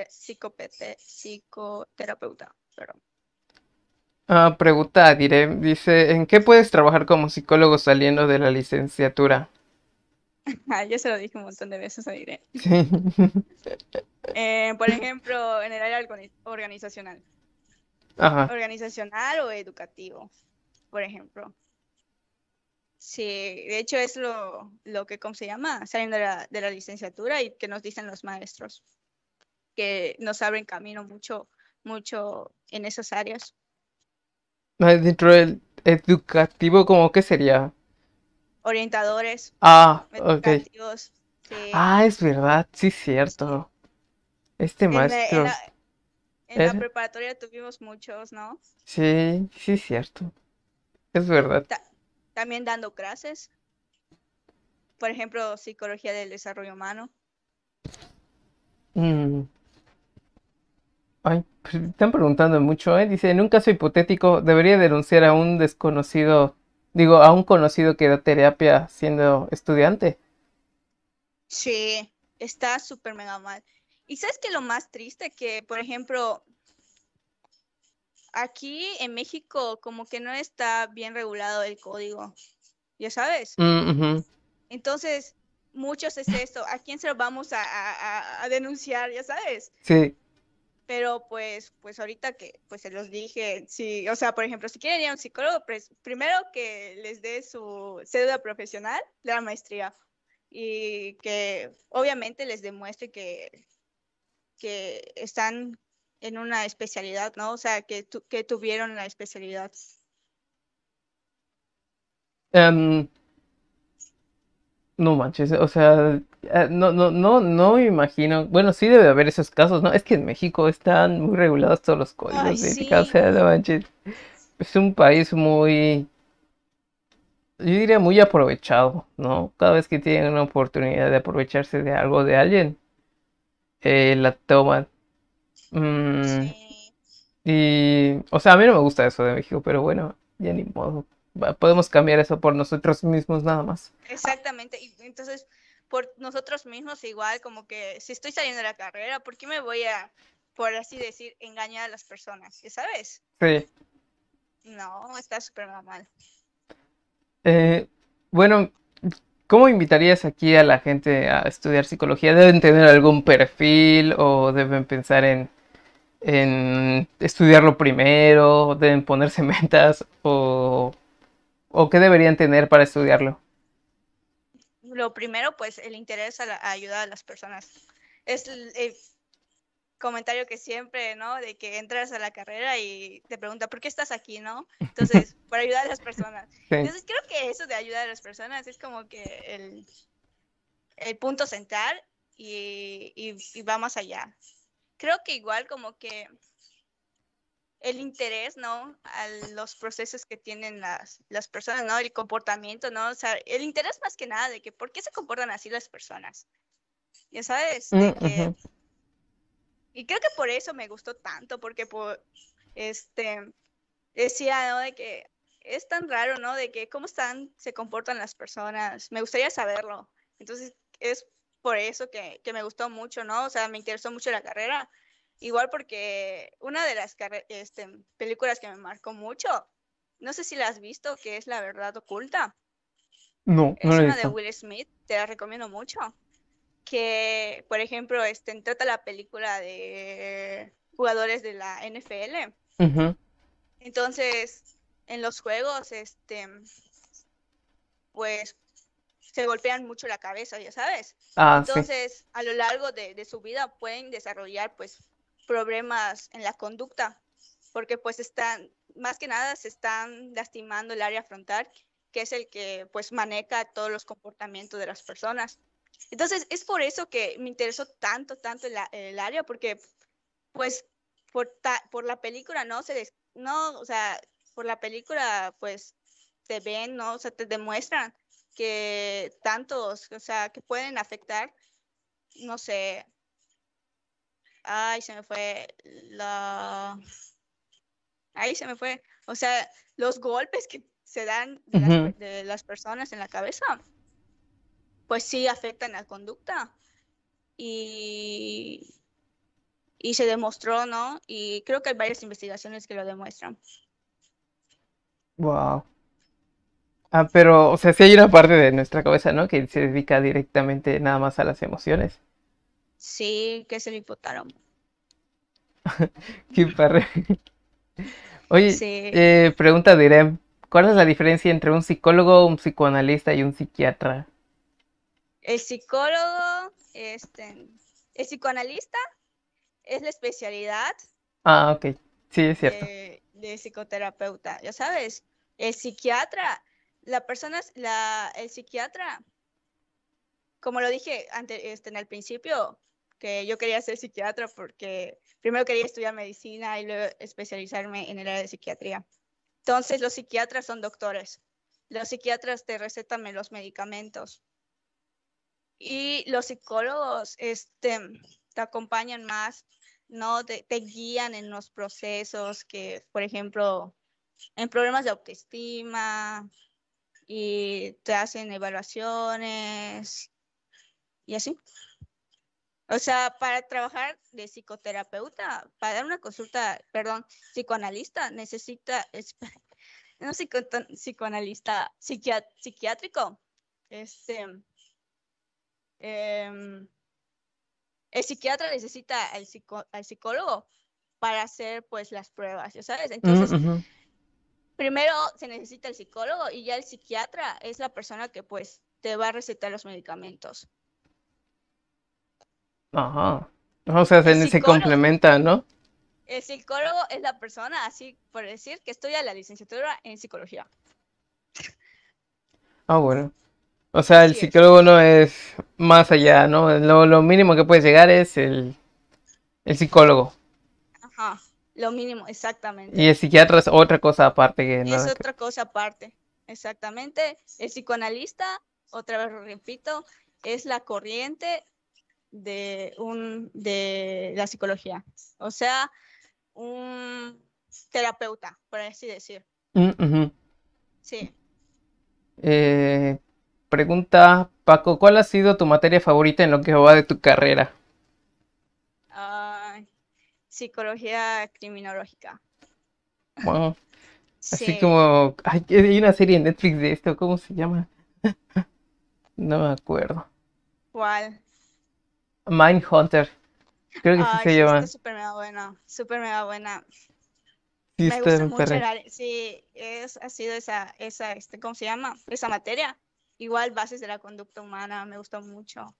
psicoterapeuta, perdón. Ah, pregunta, diré, dice, ¿en qué puedes trabajar como psicólogo saliendo de la licenciatura? Ya se lo dije un montón de veces a Irene. Sí. Por ejemplo, en el área organizacional. Ajá. Organizacional o educativo, por ejemplo. Sí, de hecho es lo que, ¿cómo se llama? Saliendo de la licenciatura y que nos dicen los maestros, que nos abren camino mucho en esas áreas. Dentro del educativo, ¿cómo qué sería? Orientadores Ah, ok. educativos, sí. Ah, es verdad, sí, Sí. cierto. Este En la, en maestro, la, en la ¿era? preparatoria tuvimos muchos, ¿no? Sí, sí, cierto. Es verdad. Ta- También dando clases, por ejemplo, psicología del desarrollo humano. Mm, Ay, pues, están preguntando mucho, ¿eh? Dice, en un caso hipotético, ¿debería denunciar a un desconocido, digo, a un conocido que da terapia siendo estudiante? Sí, está súper mega mal. Y sabes que lo más triste que, por ejemplo, aquí en México como que no está bien regulado el código, ya sabes. Ujú. Entonces, muchos es esto, ¿a quién se lo vamos a denunciar, ya sabes? Sí. Pero pues ahorita que pues se los dije, sí, o sea, por ejemplo, si quieren ir a un psicólogo, pues primero que les dé su cédula profesional de la maestría y que obviamente les demuestre que están en una especialidad, ¿no? O sea, que tuvieron la especialidad. Em, no manches, o sea, no me imagino. Bueno, sí debe haber esos casos, ¿no? Es que en México están muy regulados todos los Ay, códigos de ética, o sí, sea, no manches. Es un país muy, yo diría muy aprovechado, ¿no? Cada vez que tienen una oportunidad de aprovecharse de algo de alguien, la toman. Mm, sí, y, o sea, a mí no me gusta eso de México, pero bueno, ya ni modo. Podemos cambiar eso por nosotros mismos nada más. exactamente. Y entonces, por nosotros mismos, igual, como que si estoy saliendo de la carrera, ¿por qué me voy a, por así decir, engañar a las personas? ¿Ya sabes? Sí. No, está súper mal. Eh, bueno, ¿cómo invitarías aquí a la gente a estudiar psicología? ¿Deben tener algún perfil o deben pensar en estudiarlo primero? ¿Deben ponerse metas o qué deberían tener para estudiarlo? Lo primero, pues, el interés a ayudar a las personas. Es el comentario que siempre, ¿no? De que entras a la carrera y te pregunta, ¿por qué estás aquí, no? Entonces, para ayudar a las personas. Sí. Entonces, creo que eso de ayudar a las personas es como que el punto central y va más allá. Creo que igual como que el interés, ¿no? A los procesos que tienen las personas, ¿no? El comportamiento, ¿no? O sea, el interés más que nada de que por qué se comportan así las personas. Ya sabes, de que, Ujú. y creo que por eso me gustó tanto, porque este, decía, ¿no? De que es tan raro, ¿no? De que cómo se comportan las personas. Me gustaría saberlo. Entonces, es por eso que me gustó mucho, ¿no? O sea, me interesó mucho la carrera. Igual porque una de las películas que me marcó mucho, no sé si la has visto, que es La Verdad Oculta. No, no Es lo he una de visto. Will Smith, te la recomiendo mucho. Que, por ejemplo, trata la película de jugadores de la NFL. Ujú. Entonces, en los juegos, pues se golpean mucho la cabeza, ya sabes. Ah, sí. Entonces, a lo largo de su vida pueden desarrollar pues problemas en la conducta, porque pues más que nada se están lastimando el área frontal, que es el que pues maneja todos los comportamientos de las personas. Entonces, es por eso que me interesó tanto el área, porque pues por la película no, o sea, por la película pues te ven, ¿no? O sea, te demuestran que tantos, o sea, que pueden afectar, no sé, ay, se me fue la, ay, se me fue, o sea, los golpes que se dan Ujú. de las personas en la cabeza, pues sí afectan la conducta y, y se demostró, ¿no? Y creo que hay varias investigaciones que lo demuestran. Wow. Ah, pero, o sea, sí hay una parte de nuestra cabeza, ¿no? Que se dedica directamente nada más a las emociones. Sí, que es el hipotálamo. Qué padre. Oye, Sí, pregunta de Irem. ¿Cuál es la diferencia entre un psicólogo, un psicoanalista y un psiquiatra? el psicólogo, el psicoanalista es la especialidad Ah, ok. Sí, es cierto. de psicoterapeuta, ya sabes. El psiquiatra, la persona, el psiquiatra, como lo dije en el principio, que yo quería ser psiquiatra porque primero quería estudiar medicina y luego especializarme en el área de psiquiatría. Entonces, los psiquiatras son doctores. Los psiquiatras te recetan los medicamentos. Y los psicólogos te acompañan más, ¿no? Te guían en los procesos que, por ejemplo, en problemas de autoestima y te hacen evaluaciones y así. O sea, para trabajar de psicoterapeuta, para dar una consulta, perdón, psicoanalista, un psicoanalista psiquiátrico, este, em, el psiquiatra necesita al psicólogo para hacer pues las pruebas, ¿ya sabes? Mm, Entonces, ujú. primero se necesita el psicólogo y ya el psiquiatra es la persona que pues te va a recetar los medicamentos. Ajá. O sea, El se psicólogo, complementan, ¿no? el psicólogo es la persona, así por decir, que estudia la licenciatura en psicología. Ah, bueno. O sea, el Así es. psicólogo no es más allá, ¿no? Lo mínimo que puedes llegar es el psicólogo. Ajá, lo mínimo, Y exactamente. el psiquiatra es otra cosa aparte que Es nada que... otra cosa aparte, exactamente. El psicoanalista, otra vez lo repito, es la corriente de la psicología. O sea, un terapeuta, por así decir. Mm, ujú. Sí. Eh, pregunta, Paco, ¿cuál ha sido tu materia favorita en lo que va de tu carrera? Ah, psicología criminológica. Bueno, así Sí. como... Ay, hay una serie en Netflix de esto, ¿cómo se llama? No me acuerdo. ¿Cuál? Mindhunter, creo que sí Ay, se sí, está llama. súper mega buena. Súper mega buena. Sí, Me está gusta muy mucho perra. sí, ha sido ¿cómo se llama? Esa materia. Igual bases de la conducta humana, me gustó mucho.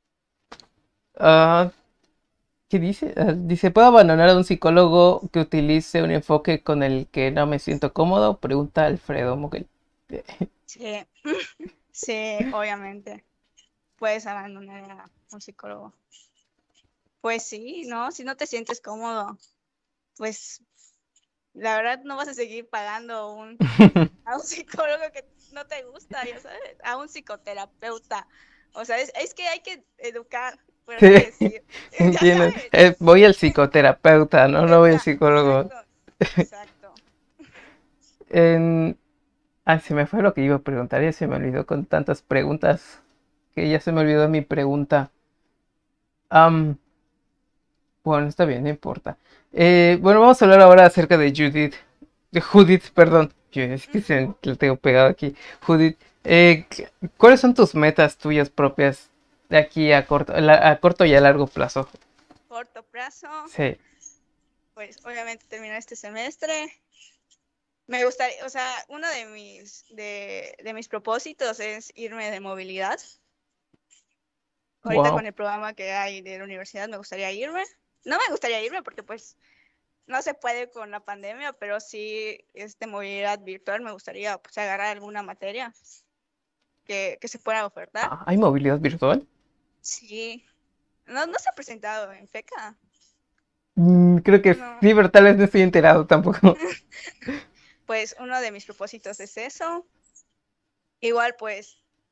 Ah, ¿qué dice? Ah, dice, ¿puedo abandonar a un psicólogo que utilice un enfoque con el que no me siento cómodo? Pregunta Alfredo Moguel. Sí, sí, obviamente. Puedes abandonar a un psicólogo. Pues sí, ¿no? Si no te sientes cómodo, pues la verdad no vas a seguir pagando a un psicólogo que no te gusta, ya sabes, a un psicoterapeuta. O sea, es que hay que educar, por Sí, así decir. Ya entiendo. sabes. Voy al psicoterapeuta, ¿no? No voy al psicólogo. Exacto, exacto. En... Ay, se me fue lo que iba a preguntar, ya se me olvidó con tantas preguntas que ya se me olvidó mi pregunta. Am, bueno, está bien, no importa. Bueno, vamos a hablar ahora acerca de Judith. De Judith, perdón. Yo es que Ujú. se lo tengo pegado aquí. Judith, ¿cuáles son tus metas tuyas propias de aquí a corto y a largo plazo? Corto plazo, Sí. pues obviamente terminar este semestre. Me gustaría, o sea, uno de mis propósitos es irme de movilidad. Ahorita Wow. con el programa que hay de la universidad me gustaría irme. No me gustaría irme porque pues no se puede con la pandemia, pero sí movilidad virtual me gustaría pues agarrar alguna materia que se pueda ofertar. Ah, ¿hay movilidad virtual? Sí, no se ha presentado en FECA. Creo que No, sí, pero tal vez no estoy enterado tampoco. pues uno de mis propósitos es eso. Igual pues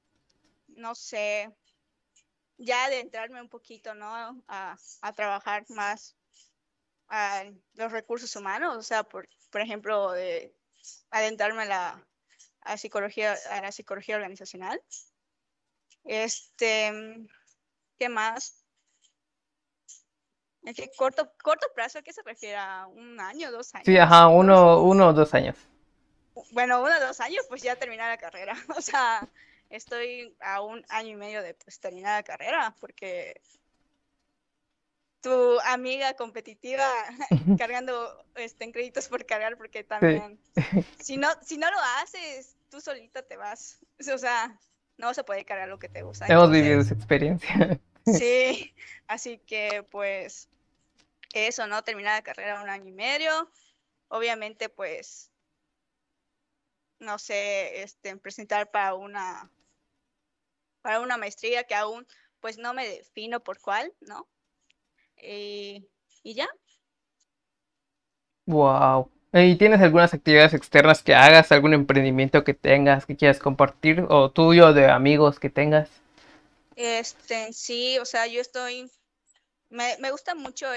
no sé, ya adentrarme un poquito, ¿no? A trabajar más a los recursos humanos, o sea, por ejemplo, adentrarme a la psicología organizacional. ¿Qué más? ¿En qué corto plazo? ¿A qué se refiere? ¿A un año, dos Sí, años? ajá, No sé. uno o 2 años. Bueno, 1 o 2 años, pues ya terminar la carrera. O sea, estoy a un año y medio de pues, terminar la carrera, porque tu amiga competitiva cargando en créditos por cargar, porque Sí, también, si no lo haces, tú solita te vas. O sea, no se puede cargar lo que te gusta. hemos vivido esa Entonces, experiencia. sí, así que pues eso, ¿no? Terminar la carrera un año y medio. Obviamente, pues, no sé, presentar para una maestría que aún, pues, no me defino por cuál, ¿no? Y ya. Wow. ¿Y tienes algunas actividades externas que hagas, algún emprendimiento que tengas que quieras compartir o tuyo de amigos que tengas? Sí, o sea, me gusta mucho,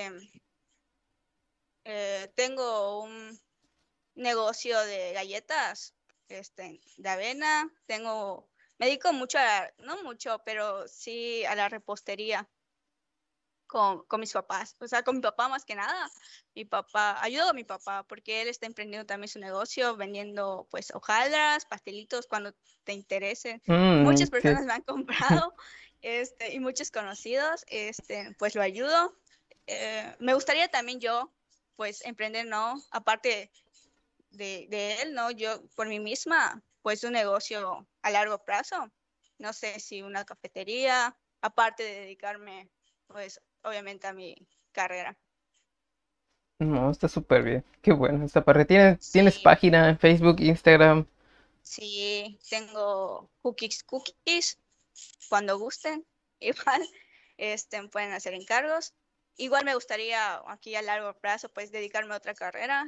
tengo un negocio de galletas, de avena, me dedico mucho no mucho, pero sí a la repostería con mis papás, o sea, con mi papá más que nada. Ayudo a mi papá porque él está emprendiendo también su negocio, vendiendo pues hojaldras, pastelitos cuando te interesen. Muchas Sí. personas me han comprado, y muchos conocidos, pues lo ayudo. Me gustaría también yo, pues, emprender, ¿no? Aparte de él, ¿no? Yo por mí misma, pues un negocio a largo plazo. No sé si una cafetería, aparte de dedicarme, pues obviamente a mi carrera. No, está súper bien. Qué bueno esta parte. ¿Tienes Sí, página en Facebook, Instagram? sí, tengo cookies, cuando gusten, igual, pueden hacer encargos. Igual me gustaría aquí a largo plazo, pues dedicarme a otra carrera,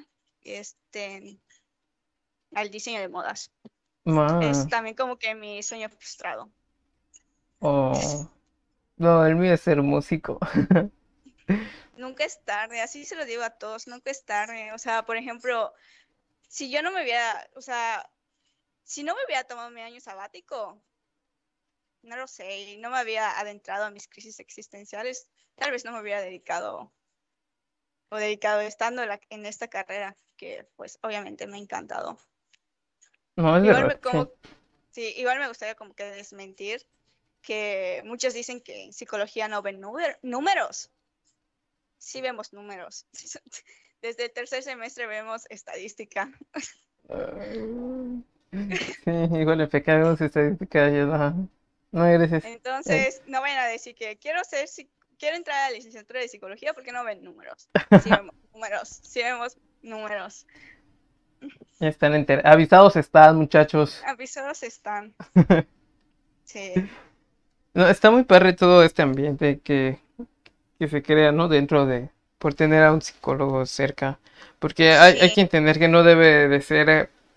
al diseño de modas. Es Ma, también como que mi sueño frustrado. oh, no, el mío es ser músico. Nunca es tarde, así se lo digo a todos, nunca es tarde. O sea, por ejemplo, si yo no me hubiera, o sea, si no me hubiera tomado mi año sabático, no lo sé, y no me había adentrado a mis crisis existenciales, tal vez no me hubiera dedicado estando en esta carrera, que pues obviamente me ha encantado. No, es Igual verdad, me, sí. como, sí, igual me gustaría como que desmentir que muchos dicen que en psicología no ven números. Sí vemos números. Desde el tercer semestre vemos estadística. Ah, sí, igual en pecado estadística, yo no. No, gracias. Eh, Entonces, no vayan a decir que quiero entrar a la licenciatura de psicología porque no ven números. Sí vemos números, sí vemos números. ya están avisados están, muchachos. Avisados están. Sí, No, está muy padre todo este ambiente que se crea, ¿no? Dentro de, por tener a un psicólogo cerca. Porque hay sí, que entender que no debe de ser,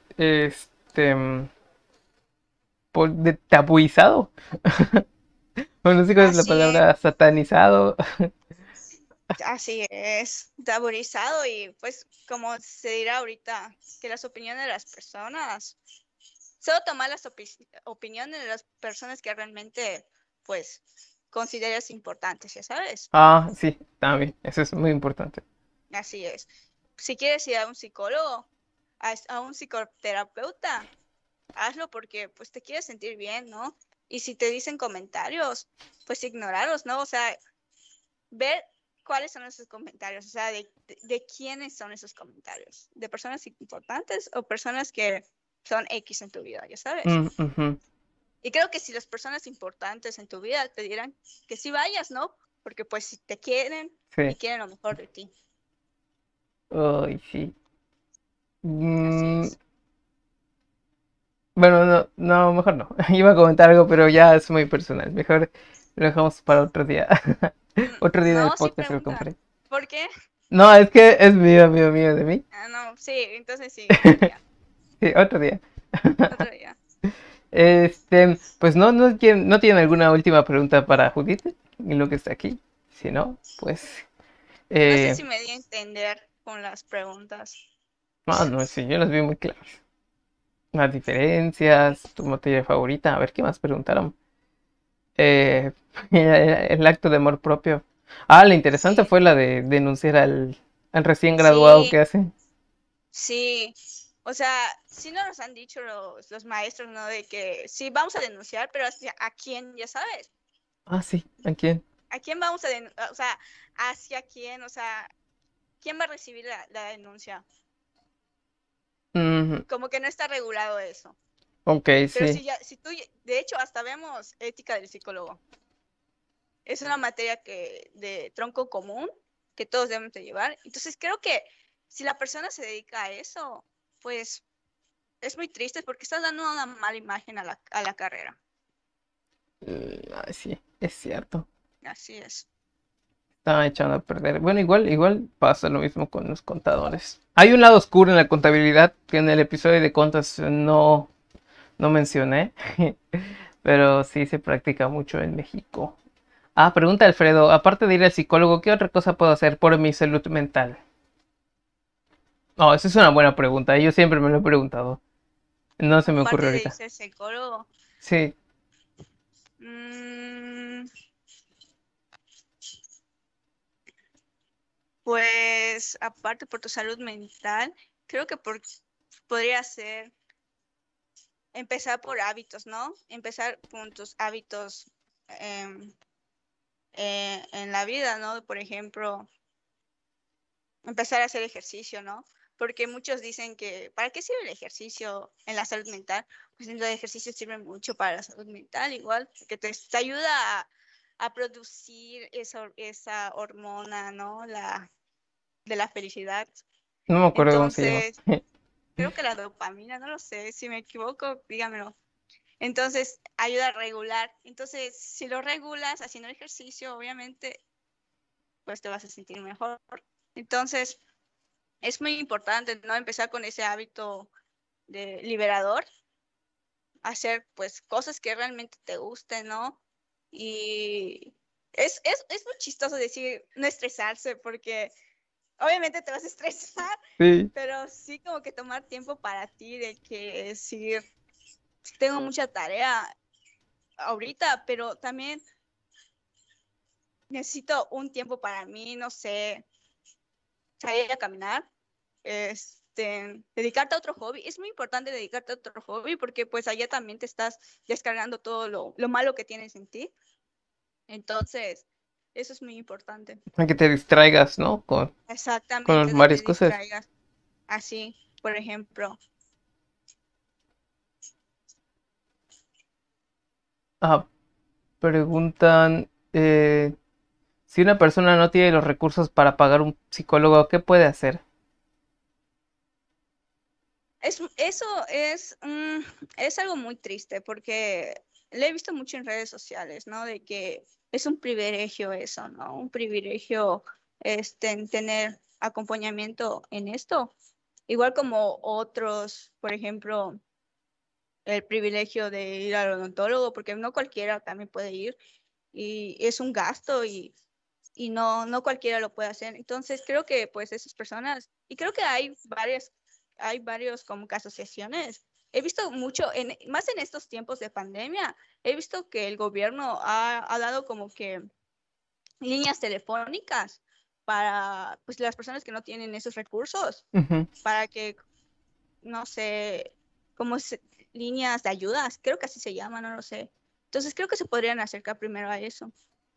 tabuizado. O no sé cuál es la así, palabra, satanizado. así es. Taburizado y pues como se dirá ahorita, que las opiniones de las personas, solo tomar las opiniones de las personas que realmente pues consideras importantes, ya sabes. Ah, sí, también, eso es muy importante. Así es. Si quieres ir a un psicólogo, a un psicoterapeuta, hazlo porque pues te quieres sentir bien, ¿no? Y si te dicen comentarios, pues ignorarlos, ¿no? O sea, ver cuáles son esos comentarios, o sea, de quiénes son esos comentarios, de personas importantes o personas que son X en tu vida, ya sabes. Ujú, Y creo que si las personas importantes en tu vida te dirán que sí vayas, ¿no? Porque pues si te quieren y sí, quieren lo mejor de ti. ay, sí. Así Mm, es. bueno, no, no, mejor no. Iba a comentar algo, pero ya es muy personal. Mejor lo dejamos para otro día. Otro día del No, sí podcast lo pregunta. compré. ¿Por qué? No, es que es mío, mío, mío, de mí. Ah, no, sí, entonces sí, otro día, Sí, otro día. otro día. Pues no tienen alguna última pregunta para Judith en lo que está aquí. Si no, pues, No sé eh, si me di a entender con las preguntas. no, sí, yo las vi muy claras. Las diferencias, tu materia favorita, a ver qué más preguntaron. Eh, el acto de amor propio. La interesante Sí, fue la de denunciar al recién graduado sí, que hace. sí. O sea, sí nos han dicho los maestros, ¿no? De que sí, vamos a denunciar, pero hacia a quién, ya sabes. Sí, ¿a quién? ¿A quién vamos a denunciar? O sea, ¿hacia quién? O sea, ¿quién va a recibir la denuncia? Ujú, Como que no está regulado eso. ok, Pero sí. si ya, si tú, de hecho, hasta vemos ética del psicólogo. Es una materia que de tronco común que todos debemos de llevar. Entonces creo que si la persona se dedica a eso, pues es muy triste porque estás dando una mala imagen a la carrera. Sí, es cierto. Así es. Está echando a perder. Bueno, igual pasa lo mismo con los contadores. Hay un lado oscuro en la contabilidad que en el episodio de contas no mencioné, pero sí se practica mucho en México. Pregunta Alfredo, aparte de ir al psicólogo, ¿qué otra cosa puedo hacer por mi salud mental? Esa es una buena pregunta. Yo siempre me lo he preguntado. No se me ocurre Aparte de ahorita. ser psicólogo, Sí. mmm, pues aparte por tu salud mental, creo que podría ser empezar por hábitos, ¿no? Empezar con tus hábitos em, en la vida, ¿no? Por ejemplo, empezar a hacer ejercicio, ¿no? Porque muchos dicen que, ¿para qué sirve el ejercicio en la salud mental? Pues el ejercicio sirve mucho para la salud mental, igual, que te ayuda a producir esa hormona, ¿no? De la felicidad. No me acuerdo cómo se llama. Entonces, creo que la dopamina, no lo sé, si me equivoco, dígamelo. Entonces, ayuda a regular. Entonces, si lo regulas haciendo ejercicio, obviamente, pues te vas a sentir mejor. Entonces, es muy importante, ¿no? Empezar con ese hábito de liberador, hacer pues cosas que realmente te gusten, ¿no? Y es muy chistoso decir no estresarse porque obviamente te vas a estresar, Sí. pero sí como que tomar tiempo para ti de que decir, tengo mucha tarea ahorita, pero también necesito un tiempo para mí, no sé, salir a caminar, dedicarte a otro hobby. Es muy importante dedicarte a otro hobby porque pues allá también te estás descargando todo lo malo que tienes en ti. Entonces, eso es muy importante. Para que te distraigas, ¿no? Con Exactamente, de varias te cosas. distraigas. Así, por ejemplo. Ah, Preguntan, si una persona no tiene los recursos para pagar un psicólogo, ¿qué puede hacer? Eso es algo muy triste porque lo he visto mucho en redes sociales, ¿no? De que es un privilegio eso, ¿no? Un privilegio en tener acompañamiento en esto. Igual como otros, por ejemplo, el privilegio de ir al odontólogo, porque no cualquiera también puede ir y es un gasto y no cualquiera lo puede hacer. Entonces creo que pues esas personas, y creo que hay varios como que asociaciones. He visto mucho, más en estos tiempos de pandemia, he visto que el gobierno ha dado como que líneas telefónicas para pues las personas que no tienen esos recursos, Ujú. para que, no sé, como líneas de ayudas, creo que así se llama, no lo sé. Entonces creo que se podrían acercar primero a eso.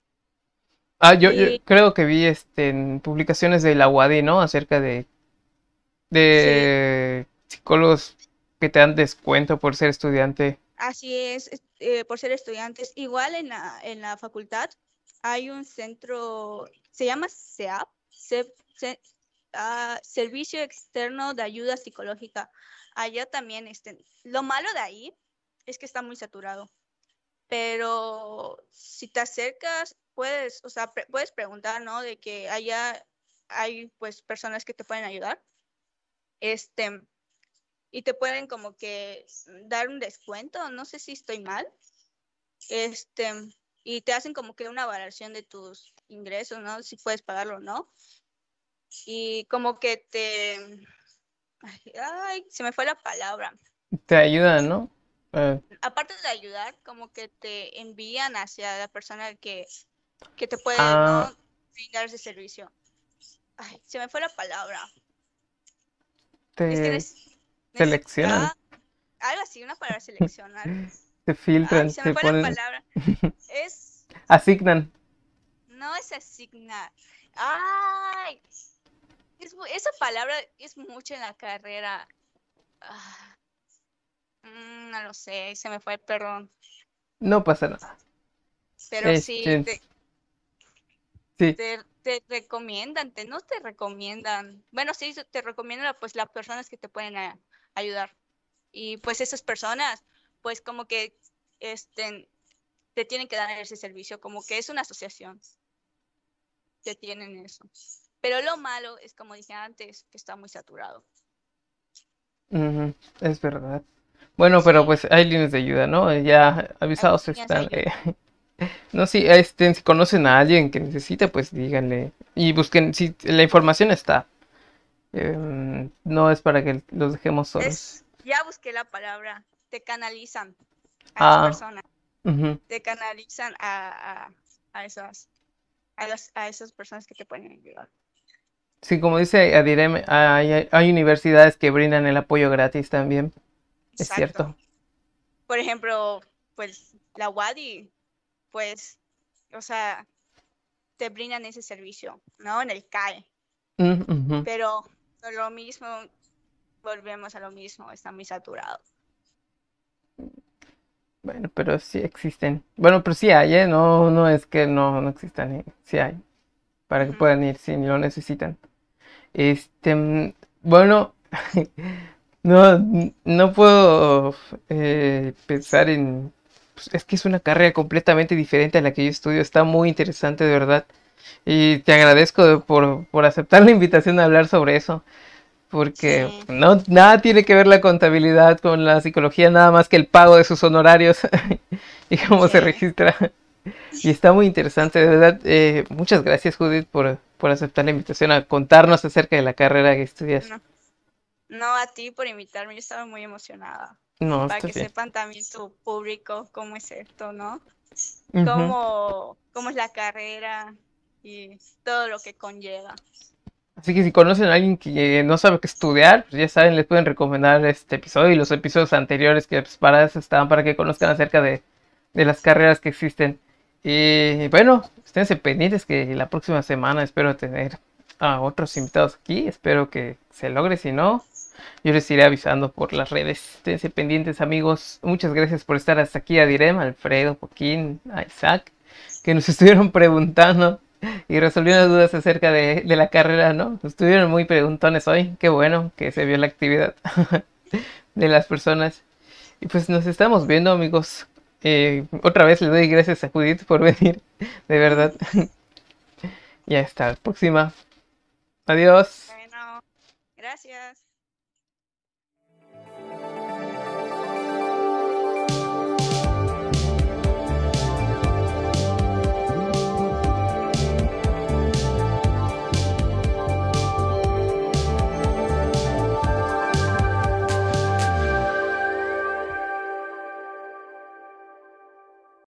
Yo Y creo que vi en publicaciones de la UADY, ¿no? Acerca sí, de psicólogos que te dan descuento por ser estudiante. así por ser estudiantes. Igual en la facultad hay un centro, se llama SEAP, Servicio Externo de Ayuda Psicológica. Allá también, lo malo de ahí es que está muy saturado, pero si te acercas, puedes, o sea, puedes preguntar, ¿no? De que allá hay pues personas que te pueden ayudar. Este, y te pueden como que dar un descuento, no sé si estoy mal, y te hacen como que una valoración de tus ingresos, ¿no? Si puedes pagarlo o no. Y como que ay, se me fue la palabra. Te ayudan, ¿no? Aparte de ayudar, como que te envían hacia la persona que te puede, Ah, ¿no? Brindar ese servicio. Ay, se me fue la palabra. Es que te seleccionan, necesita algo así, una palabra seleccionar. te Ay, filtran, se me te fue la ponen, palabra. Es, asignan. no es asignar. Ay, esa palabra es mucho en la carrera. Ah, no lo sé, se me fue, perdón. No pasa nada. Pero sí, Este, sí. te recomiendan, no te recomiendan. Bueno, sí, te recomiendan pues las personas que te pueden ayudar. Y pues esas personas, pues como que te tienen que dar ese servicio, como que es una asociación que tienen eso. Pero lo malo es, como dije antes, que está muy saturado. Ujú, es verdad. Bueno, pero Sí, pues hay líneas de ayuda, ¿no? Ya hay avisados líneas de están. ayuda. No, sí, si conocen a alguien que necesite, pues díganle. Y busquen, si la información está. No es para que los dejemos solos. Ya busqué la palabra, te canalizan a las Ah, personas, ujú. te canalizan a esas, a esas personas que te pueden ayudar. Sí, como dice Adirem, hay universidades que brindan el apoyo gratis también. Es Exacto. cierto. Por ejemplo, pues la WADI, pues, o sea, te brindan ese servicio, ¿no? En el CAE. Ujú. Pero lo mismo, volvemos a lo mismo, está muy saturado. Bueno, pero sí existen. Bueno, pero sí hay, ¿eh? No, no es que no existan, ¿eh? Sí hay. Para que Ujú. puedan ir si lo necesitan. Bueno, no, no puedo pensar en... Pues, es que es una carrera completamente diferente a la que yo estudio. Está muy interesante, de verdad. Y te agradezco por aceptar la invitación a hablar sobre eso. Porque Sí, no, nada tiene que ver la contabilidad con la psicología, nada más que el pago de sus honorarios y cómo se sí. registra. Y está muy interesante, de verdad. Muchas gracias, Judith, por aceptar la invitación a contarnos acerca de la carrera que estudias. No, no a ti por invitarme, yo estaba muy emocionada. Y No, para está que bien. sepan también tu público cómo es esto, ¿no? Ujú. Cómo es la carrera y todo lo que conlleva. Así que si conocen a alguien que no sabe qué estudiar, pues ya saben, les pueden recomendar este episodio y los episodios anteriores que pues, para eso estaban, para que conozcan acerca de las carreras que existen. Y bueno, esténse pendientes que la próxima semana espero tener a otros invitados aquí. Espero que se logre, si no, yo les iré avisando por las redes. Esténse pendientes, amigos. Muchas gracias por estar hasta aquí, a Direm, Alfredo, Joaquín, a Isaac, que nos estuvieron preguntando y resolviendo dudas acerca de la carrera, ¿no? Estuvieron muy preguntones hoy. Qué bueno que se vio la actividad de las personas. Y pues nos estamos viendo, amigos. Otra vez le doy gracias a Judith por venir, de verdad. Y hasta la próxima. Adiós. Bueno, gracias.